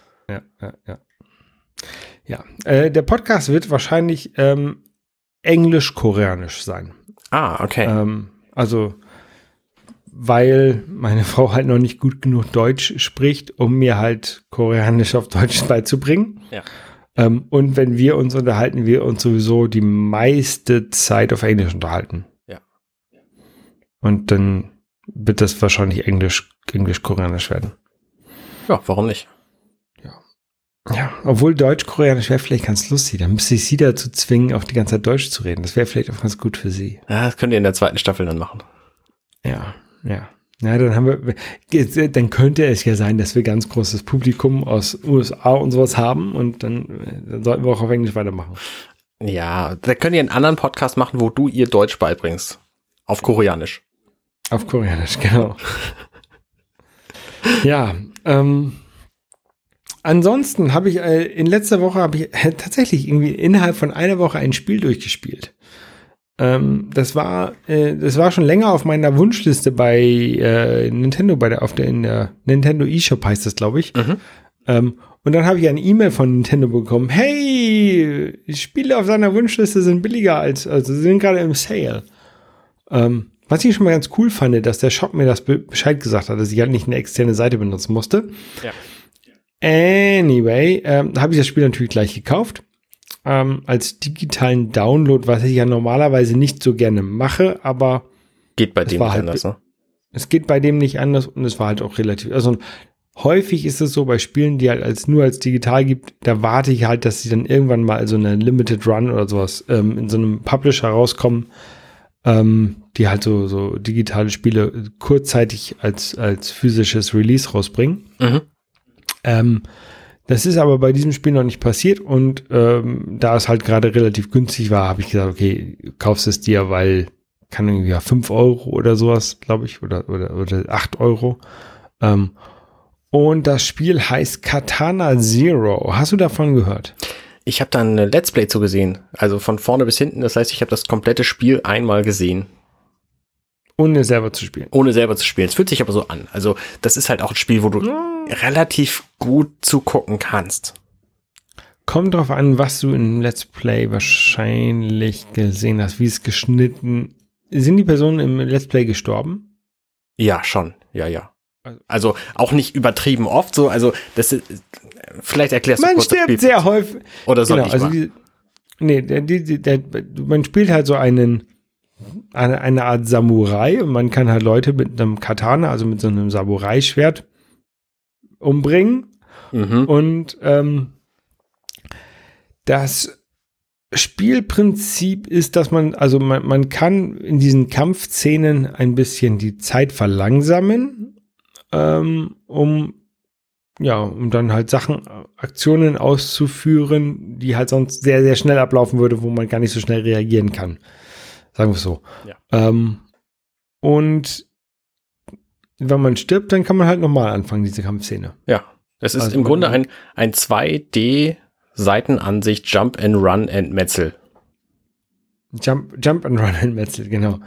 Ja. Der Podcast wird wahrscheinlich englisch-koreanisch sein. Ah, okay. Also, weil meine Frau halt noch nicht gut genug Deutsch spricht, um mir halt Koreanisch auf Deutsch beizubringen. Ja. Und wenn wir uns unterhalten, wir uns sowieso die meiste Zeit auf Englisch unterhalten. Ja. Und dann wird das wahrscheinlich Englisch-Koreanisch werden. Ja, warum nicht? Ja, obwohl Deutsch-Koreanisch wäre vielleicht ganz lustig. Dann müsste ich sie dazu zwingen, auch die ganze Zeit Deutsch zu reden. Das wäre vielleicht auch ganz gut für sie. Ja, das könnt ihr in der 2. Staffel dann machen. Ja. Ja, dann könnte es ja sein, dass wir ganz großes Publikum aus USA und sowas haben und dann sollten wir auch auf Englisch weitermachen. Ja, da könnt ihr einen anderen Podcast machen, wo du ihr Deutsch beibringst. Auf Koreanisch. Auf Koreanisch, genau. Ja, ansonsten habe ich in letzter Woche tatsächlich irgendwie innerhalb von einer Woche ein Spiel durchgespielt. Das war schon länger auf meiner Wunschliste bei Nintendo, in der Nintendo eShop heißt das, glaube ich. Und dann habe ich eine E-Mail von Nintendo bekommen. Hey, Spiele auf seiner Wunschliste sind billiger sie sind gerade im Sale. Was ich schon mal ganz cool fand, dass der Shop mir das Bescheid gesagt hat, dass ich halt nicht eine externe Seite benutzen musste. Ja. Anyway, habe ich das Spiel natürlich gleich gekauft. Als digitalen Download, was ich ja normalerweise nicht so gerne mache, aber geht bei dem nicht halt anders, ne? Es geht bei dem nicht anders und es war halt auch relativ, also häufig ist es so bei Spielen, die halt nur als digital gibt, da warte ich halt, dass sie dann irgendwann mal so eine Limited Run oder sowas in so einem Publisher rauskommen, die halt so digitale Spiele kurzzeitig als physisches Release rausbringen. Das ist aber bei diesem Spiel noch nicht passiert und da es halt gerade relativ günstig war, habe ich gesagt, okay, kaufst es dir, weil kann irgendwie 5 Euro oder sowas, glaube ich, oder 8 Euro. Und das Spiel heißt Katana Zero. Hast du davon gehört? Ich habe da ein Let's Play zu gesehen, also von vorne bis hinten. Das heißt, ich habe das komplette Spiel einmal gesehen. Ohne selber zu spielen. Ohne selber zu spielen. Es fühlt sich aber so an. Also das ist halt auch ein Spiel, wo du relativ gut zugucken kannst. Kommt drauf an, was du in Let's Play wahrscheinlich gesehen hast, wie es geschnitten. Sind die Personen im Let's Play gestorben? Ja, schon. Ja. Also auch nicht übertrieben oft so. Also das ist, vielleicht erklärst du man kurz das stirbt Spiel. sehr häufig. Oder soll genau, ich also man spielt halt so eine Art Samurai und man kann halt Leute mit einem Katana, also mit so einem Samurai-Schwert umbringen. Und das Spielprinzip ist, dass man kann in diesen Kampfszenen ein bisschen die Zeit verlangsamen, um dann halt Aktionen auszuführen, die halt sonst sehr, sehr schnell ablaufen würde, wo man gar nicht so schnell reagieren kann. Sagen wir es so. Ja. Und wenn man stirbt, dann kann man halt nochmal anfangen, diese Kampfszene. Ja, es ist im Grunde ein 2D Seitenansicht Jump and Run and Metzel. Jump and Run and Metzel, genau.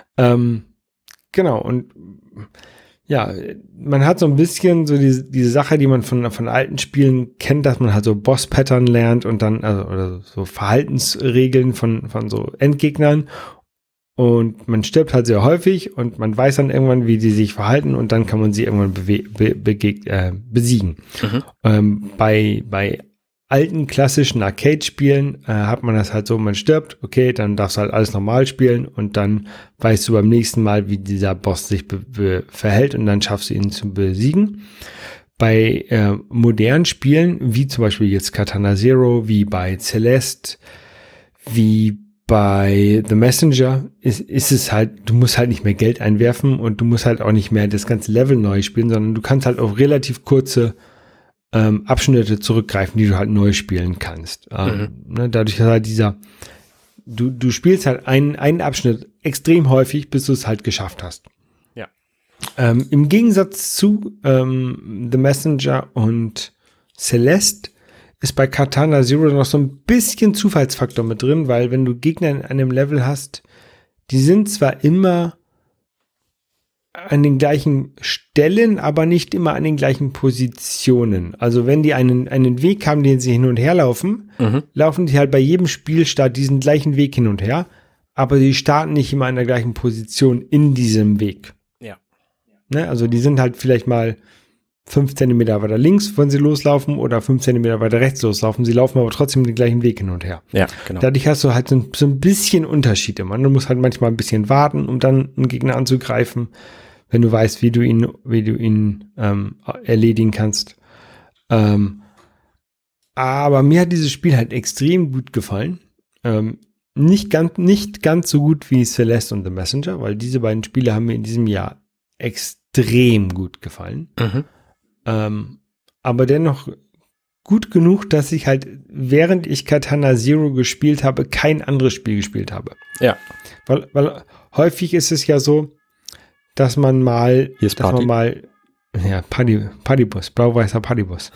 Genau, und ja, man hat so ein bisschen so diese Sache, die man von alten Spielen kennt, dass man halt so Boss-Pattern lernt und dann, oder so Verhaltensregeln von so Endgegnern. Und man stirbt halt sehr häufig und man weiß dann irgendwann, wie die sich verhalten und dann kann man sie irgendwann besiegen. Bei alten klassischen Arcade-Spielen hat man das halt so, man stirbt, okay, dann darfst du halt alles normal spielen und dann weißt du beim nächsten Mal, wie dieser Boss sich verhält und dann schaffst du ihn zu besiegen. Bei modernen Spielen, wie zum Beispiel jetzt Katana Zero, wie bei Celeste, wie bei The Messenger, ist es halt, du musst halt nicht mehr Geld einwerfen und du musst halt auch nicht mehr das ganze Level neu spielen, sondern du kannst halt auf relativ kurze Abschnitte zurückgreifen, die du halt neu spielen kannst. Dadurch halt du spielst halt einen Abschnitt extrem häufig, bis du es halt geschafft hast. Ja. Im Gegensatz zu The Messenger und Celeste ist bei Katana Zero noch so ein bisschen Zufallsfaktor mit drin, weil wenn du Gegner in einem Level hast, die sind zwar immer an den gleichen Stellen, aber nicht immer an den gleichen Positionen. Also wenn die einen Weg haben, den sie hin und her laufen, laufen die halt bei jedem Spielstart diesen gleichen Weg hin und her, aber sie starten nicht immer an der gleichen Position in diesem Weg. Ja. Ne? Also die sind halt vielleicht mal 5 Zentimeter weiter links, wenn sie loslaufen, oder 5 Zentimeter weiter rechts loslaufen. Sie laufen aber trotzdem den gleichen Weg hin und her. Ja, genau. Dadurch hast du halt so ein bisschen Unterschied immer. Du musst halt manchmal ein bisschen warten, um dann einen Gegner anzugreifen. wenn du weißt, wie du ihn erledigen kannst. Aber mir hat dieses Spiel halt extrem gut gefallen. Nicht ganz so gut wie Celeste und The Messenger, weil diese beiden Spiele haben mir in diesem Jahr extrem gut gefallen. Aber dennoch gut genug, dass ich halt, während ich Katana Zero gespielt habe, kein anderes Spiel gespielt habe. Ja. Weil häufig ist es ja so, dass man mal, Partybus, blau-weißer Partybus.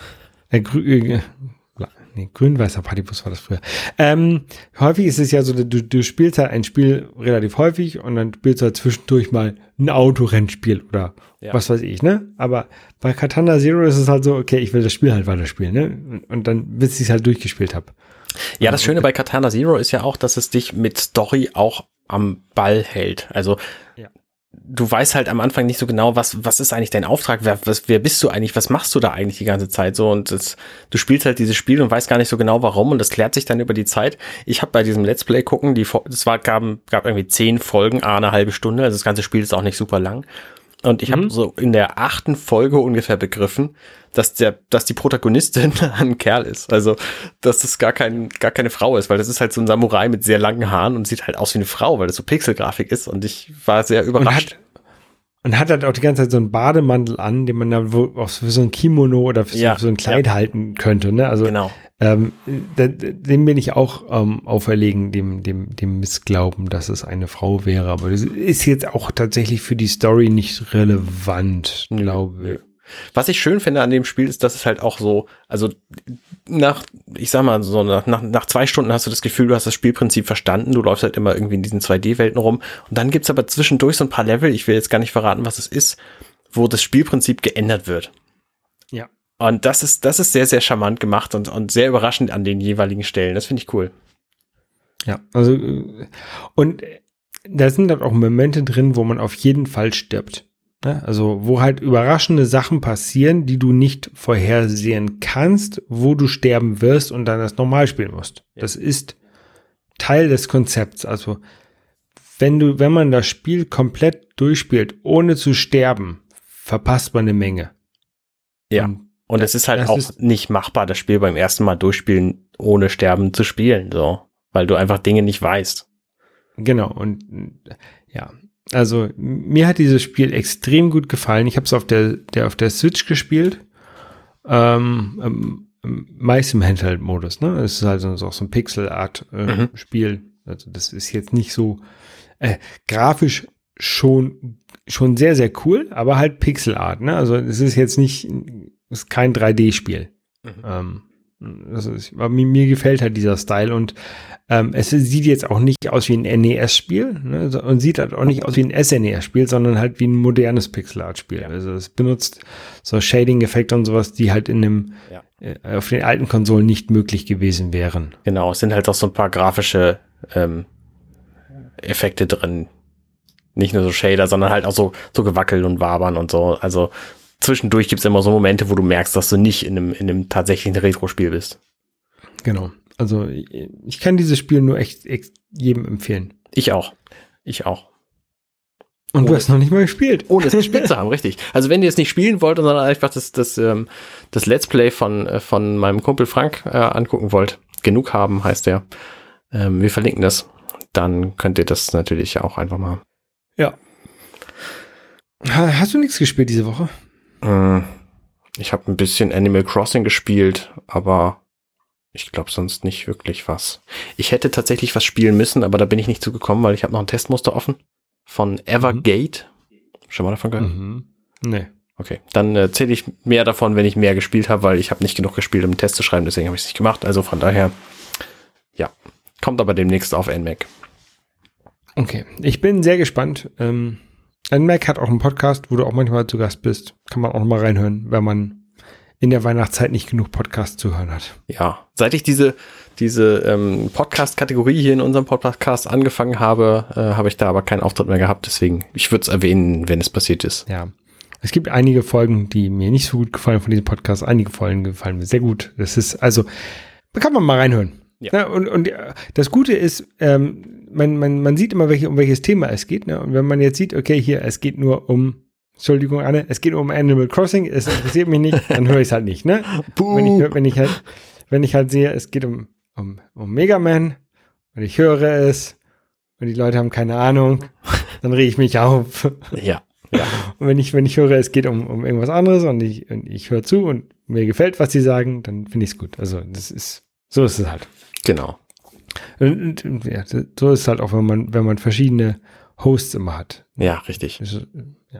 Grün-weißer Partybus war das früher. Häufig ist es ja so, du spielst halt ein Spiel relativ häufig und dann spielst du halt zwischendurch mal ein Autorennspiel oder was weiß ich, ne? Aber bei Katana Zero ist es halt so, okay, ich will das Spiel halt weiterspielen, ne? Und dann, bis ich es halt durchgespielt habe. Ja, das Schöne bei Katana Zero ist ja auch, dass es dich mit Story auch am Ball hält. Also du weißt halt am Anfang nicht so genau, was ist eigentlich dein Auftrag, wer bist du eigentlich, was machst du da eigentlich die ganze Zeit so, und du spielst halt dieses Spiel und weißt gar nicht so genau warum, und das klärt sich dann über die Zeit. Ich habe bei diesem Let's Play gucken, gab irgendwie 10 Folgen, eine halbe Stunde, also das ganze Spiel ist auch nicht super lang, und ich habe so in der 8. Folge ungefähr begriffen, dass die Protagonistin ein Kerl ist, also dass das gar keine Frau ist, weil das ist halt so ein Samurai mit sehr langen Haaren und sieht halt aus wie eine Frau, weil das so Pixelgrafik ist, und ich war sehr überrascht. Und hat halt auch die ganze Zeit so einen Bademantel an, den man da auch für so ein Kimono oder für so ein Kleid halten könnte, ne? Also genau. Dem bin ich auch auferlegen, dem Missglauben, dass es eine Frau wäre. Aber das ist jetzt auch tatsächlich für die Story nicht relevant, glaube ich. Was ich schön finde an dem Spiel ist, dass es halt auch so, also nach 2 Stunden hast du das Gefühl, du hast das Spielprinzip verstanden, du läufst halt immer irgendwie in diesen 2D-Welten rum, und dann gibt's aber zwischendurch so ein paar Level, ich will jetzt gar nicht verraten, was es ist, wo das Spielprinzip geändert wird. Ja. Und das ist sehr, sehr charmant gemacht und sehr überraschend an den jeweiligen Stellen, das finde ich cool. Ja, also und da sind dann auch Momente drin, wo man auf jeden Fall stirbt. Also wo halt überraschende Sachen passieren, die du nicht vorhersehen kannst, wo du sterben wirst und dann das normal spielen musst. Ja. Das ist Teil des Konzepts. Also wenn man das Spiel komplett durchspielt, ohne zu sterben, verpasst man eine Menge. Ja, und es ist halt auch nicht machbar, das Spiel beim ersten Mal durchspielen, ohne sterben zu spielen, so, weil du einfach Dinge nicht weißt. Genau, und ja. Also mir hat dieses Spiel extrem gut gefallen. Ich habe es auf der Switch gespielt, meist im Handheld-Modus. Ne, es ist halt auch so ein Pixel-Art-Spiel. Also das ist jetzt nicht so grafisch schon sehr, sehr cool, aber halt Pixel-Art. Ne, also es ist jetzt ist kein 3D-Spiel. Mir gefällt halt dieser Style, und es sieht jetzt auch nicht aus wie ein NES-Spiel, ne, und sieht halt auch nicht aus wie ein SNES-Spiel, sondern halt wie ein modernes Pixel-Art-Spiel. Ja. Also es benutzt so Shading-Effekte und sowas, die halt auf den alten Konsolen nicht möglich gewesen wären. Genau, es sind halt auch so ein paar grafische Effekte drin. Nicht nur so Shader, sondern halt auch so Gewackel und Wabern und so. Also zwischendurch gibt es immer so Momente, wo du merkst, dass du nicht in einem tatsächlichen Retro-Spiel bist. Genau. Also ich kann dieses Spiel nur echt jedem empfehlen. Ich auch. Und du hast noch nicht mal gespielt. Ohne es gespielt zu haben, richtig. Also wenn ihr es nicht spielen wollt, sondern einfach das Let's Play von meinem Kumpel Frank angucken wollt, genug haben heißt der, wir verlinken das, dann könnt ihr das natürlich auch einfach mal. Ja. Hast du nichts gespielt diese Woche? Ich habe ein bisschen Animal Crossing gespielt, aber ich glaube sonst nicht wirklich was. Ich hätte tatsächlich was spielen müssen, aber da bin ich nicht zugekommen, weil ich habe noch ein Testmuster offen von Evergate. Schon mal davon gehört? Nee. Okay, dann erzähle ich mehr davon, wenn ich mehr gespielt habe, weil ich habe nicht genug gespielt, um einen Test zu schreiben, deswegen habe ich es nicht gemacht. Also von daher, ja, kommt aber demnächst auf NMAC. Okay, ich bin sehr gespannt. NMAC hat auch einen Podcast, wo du auch manchmal zu Gast bist. Kann man auch noch mal reinhören, wenn man in der Weihnachtszeit nicht genug Podcasts zu hören hat. Ja, seit ich diese Podcast-Kategorie hier in unserem Podcast angefangen habe, habe ich da aber keinen Auftritt mehr gehabt. Deswegen, ich würde es erwähnen, wenn es passiert ist. Ja, es gibt einige Folgen, die mir nicht so gut gefallen von diesem Podcast. Einige Folgen gefallen mir sehr gut. Das ist, also, da kann man mal reinhören. Ja. Und das Gute ist, man sieht immer, um welches Thema es geht. Ne? Und wenn man jetzt sieht, okay, hier, es geht nur um Entschuldigung, Anne, es geht um Animal Crossing, es interessiert mich nicht, dann höre ich es halt nicht, ne? Wenn ich halt sehe, es geht um Mega Man und ich höre es und die Leute haben keine Ahnung, dann rege ich mich auf. Ja. Und wenn ich höre, es geht um irgendwas anderes und ich höre zu und mir gefällt, was sie sagen, dann finde ich es gut. Also so ist es halt. Genau. Und ja, so ist es halt auch, wenn man verschiedene Hosts immer hat. Ja, richtig. Ja.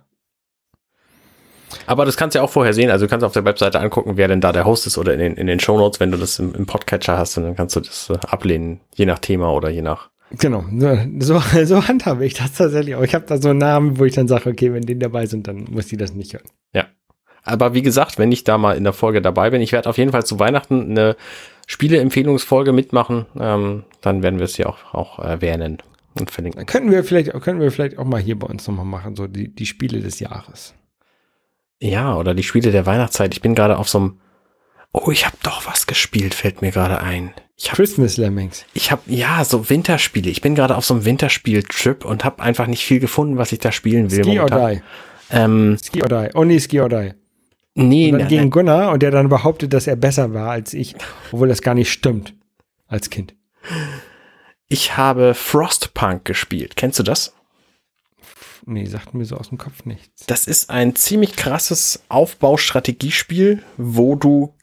Aber das kannst du ja auch vorher sehen. Also du kannst auf der Webseite angucken, wer denn da der Host ist oder in den Shownotes, wenn du das im Podcatcher hast, und dann kannst du das ablehnen, je nach Thema oder je nach. Genau, so handhabe ich das tatsächlich auch. Ich habe da so einen Namen, wo ich dann sage, okay, wenn die dabei sind, dann muss die das nicht hören. Ja, aber wie gesagt, wenn ich da mal in der Folge dabei bin, ich werde auf jeden Fall zu Weihnachten eine Spieleempfehlungsfolge mitmachen, dann werden wir es ja auch erwähnen und verlinken. Dann können wir vielleicht auch mal hier bei uns nochmal machen, so die Spiele des Jahres. Ja, oder die Spiele der Weihnachtszeit. Ich bin gerade auf so einem, ich habe doch was gespielt, fällt mir gerade ein. Christmas Lemmings. So Winterspiele. Ich bin gerade auf so einem Winterspiel-Trip und habe einfach nicht viel gefunden, was ich da spielen will. Ski or Die. Ski or Die. Only Ski or Die. Nee, und dann gegen Gunnar und der dann behauptet, dass er besser war als ich, obwohl das gar nicht stimmt als Kind. Ich habe Frostpunk gespielt. Kennst du das? Nee, sagt mir so aus dem Kopf nichts. Das ist ein ziemlich krasses Aufbaustrategiespiel, wo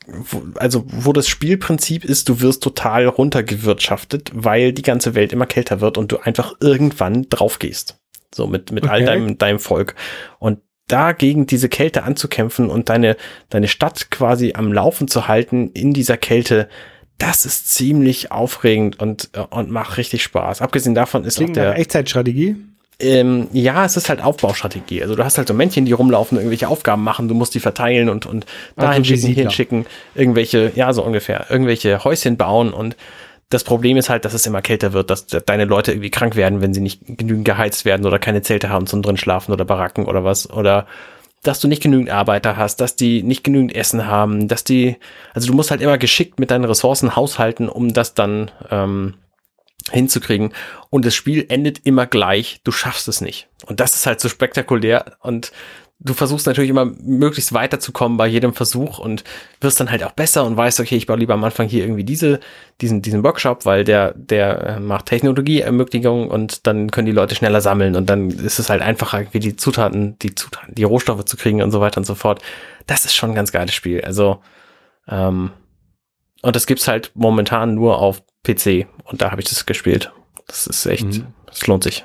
das Spielprinzip ist, du wirst total runtergewirtschaftet, weil die ganze Welt immer kälter wird und du einfach irgendwann drauf gehst. So mit all deinem Volk. Und dagegen diese Kälte anzukämpfen und deine Stadt quasi am Laufen zu halten in dieser Kälte, das ist ziemlich aufregend und macht richtig Spaß. Abgesehen davon ist Klingt nach Echtzeitstrategie. Ja, es ist halt Aufbaustrategie. Also du hast halt so Männchen, die rumlaufen, irgendwelche Aufgaben machen, du musst die verteilen und dahin schicken, hinschicken, irgendwelche Häuschen bauen, und das Problem ist halt, dass es immer kälter wird, dass deine Leute irgendwie krank werden, wenn sie nicht genügend geheizt werden oder keine Zelte haben zum drin schlafen oder Baracken oder was, oder dass du nicht genügend Arbeiter hast, dass die nicht genügend Essen haben, also du musst halt immer geschickt mit deinen Ressourcen haushalten, um das dann hinzukriegen, und das Spiel endet immer gleich, du schaffst es nicht. Und das ist halt so spektakulär, und du versuchst natürlich immer möglichst weiterzukommen bei jedem Versuch und wirst dann halt auch besser und weißt, okay, ich baue lieber am Anfang hier irgendwie diesen Workshop, weil der macht Technologieermöglichung und dann können die Leute schneller sammeln und dann ist es halt einfacher, irgendwie die Rohstoffe zu kriegen und so weiter und so fort. Das ist schon ein ganz geiles Spiel. Also, und das gibt's halt momentan nur auf PC, und da habe ich das gespielt. Das ist echt, es lohnt sich.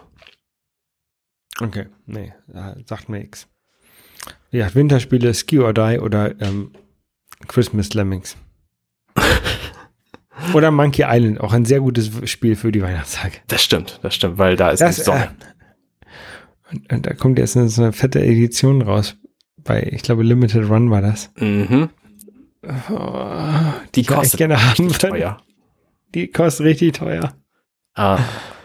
Okay, nee, sagt mir nichts. Ja, Winterspiele, Ski or Die oder Christmas Lemmings. Oder Monkey Island, auch ein sehr gutes Spiel für die Weihnachtstage. Das stimmt, weil da ist die Sonne. Und da kommt jetzt so eine fette Edition raus. Ich glaube, Limited Run war das. Mhm. Die kostet gerne haben teuer. Die kostet richtig teuer. Ja.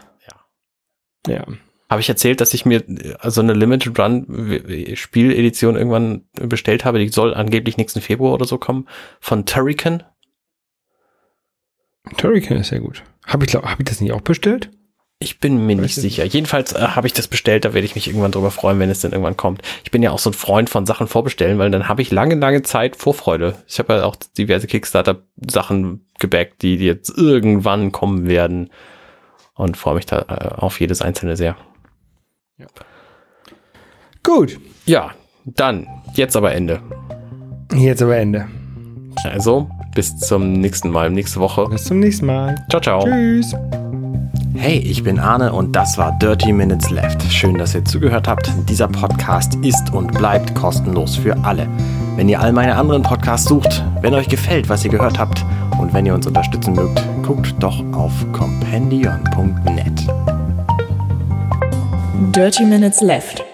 Habe ich erzählt, dass ich mir so eine Limited Run Spieledition irgendwann bestellt habe? Die soll angeblich nächsten Februar oder so kommen. Von Turrican. Turrican ist sehr gut. Habe ich das nicht auch bestellt? Ich bin mir nicht sicher. Jedenfalls habe ich das bestellt, da werde ich mich irgendwann drüber freuen, wenn es dann irgendwann kommt. Ich bin ja auch so ein Freund von Sachen vorbestellen, weil dann habe ich lange Zeit Vorfreude. Ich habe ja auch diverse Kickstarter-Sachen gebackt, die jetzt irgendwann kommen werden, und freue mich da auf jedes einzelne sehr. Ja. Gut. Ja, dann, jetzt aber Ende. Also, bis zum nächsten Mal, nächste Woche. Bis zum nächsten Mal. Ciao, ciao. Tschüss. Hey, ich bin Arne und das war Dirty Minutes Left. Schön, dass ihr zugehört habt. Dieser Podcast ist und bleibt kostenlos für alle. Wenn ihr all meine anderen Podcasts sucht, wenn euch gefällt, was ihr gehört habt und wenn ihr uns unterstützen mögt, guckt doch auf compendion.net. Dirty Minutes Left.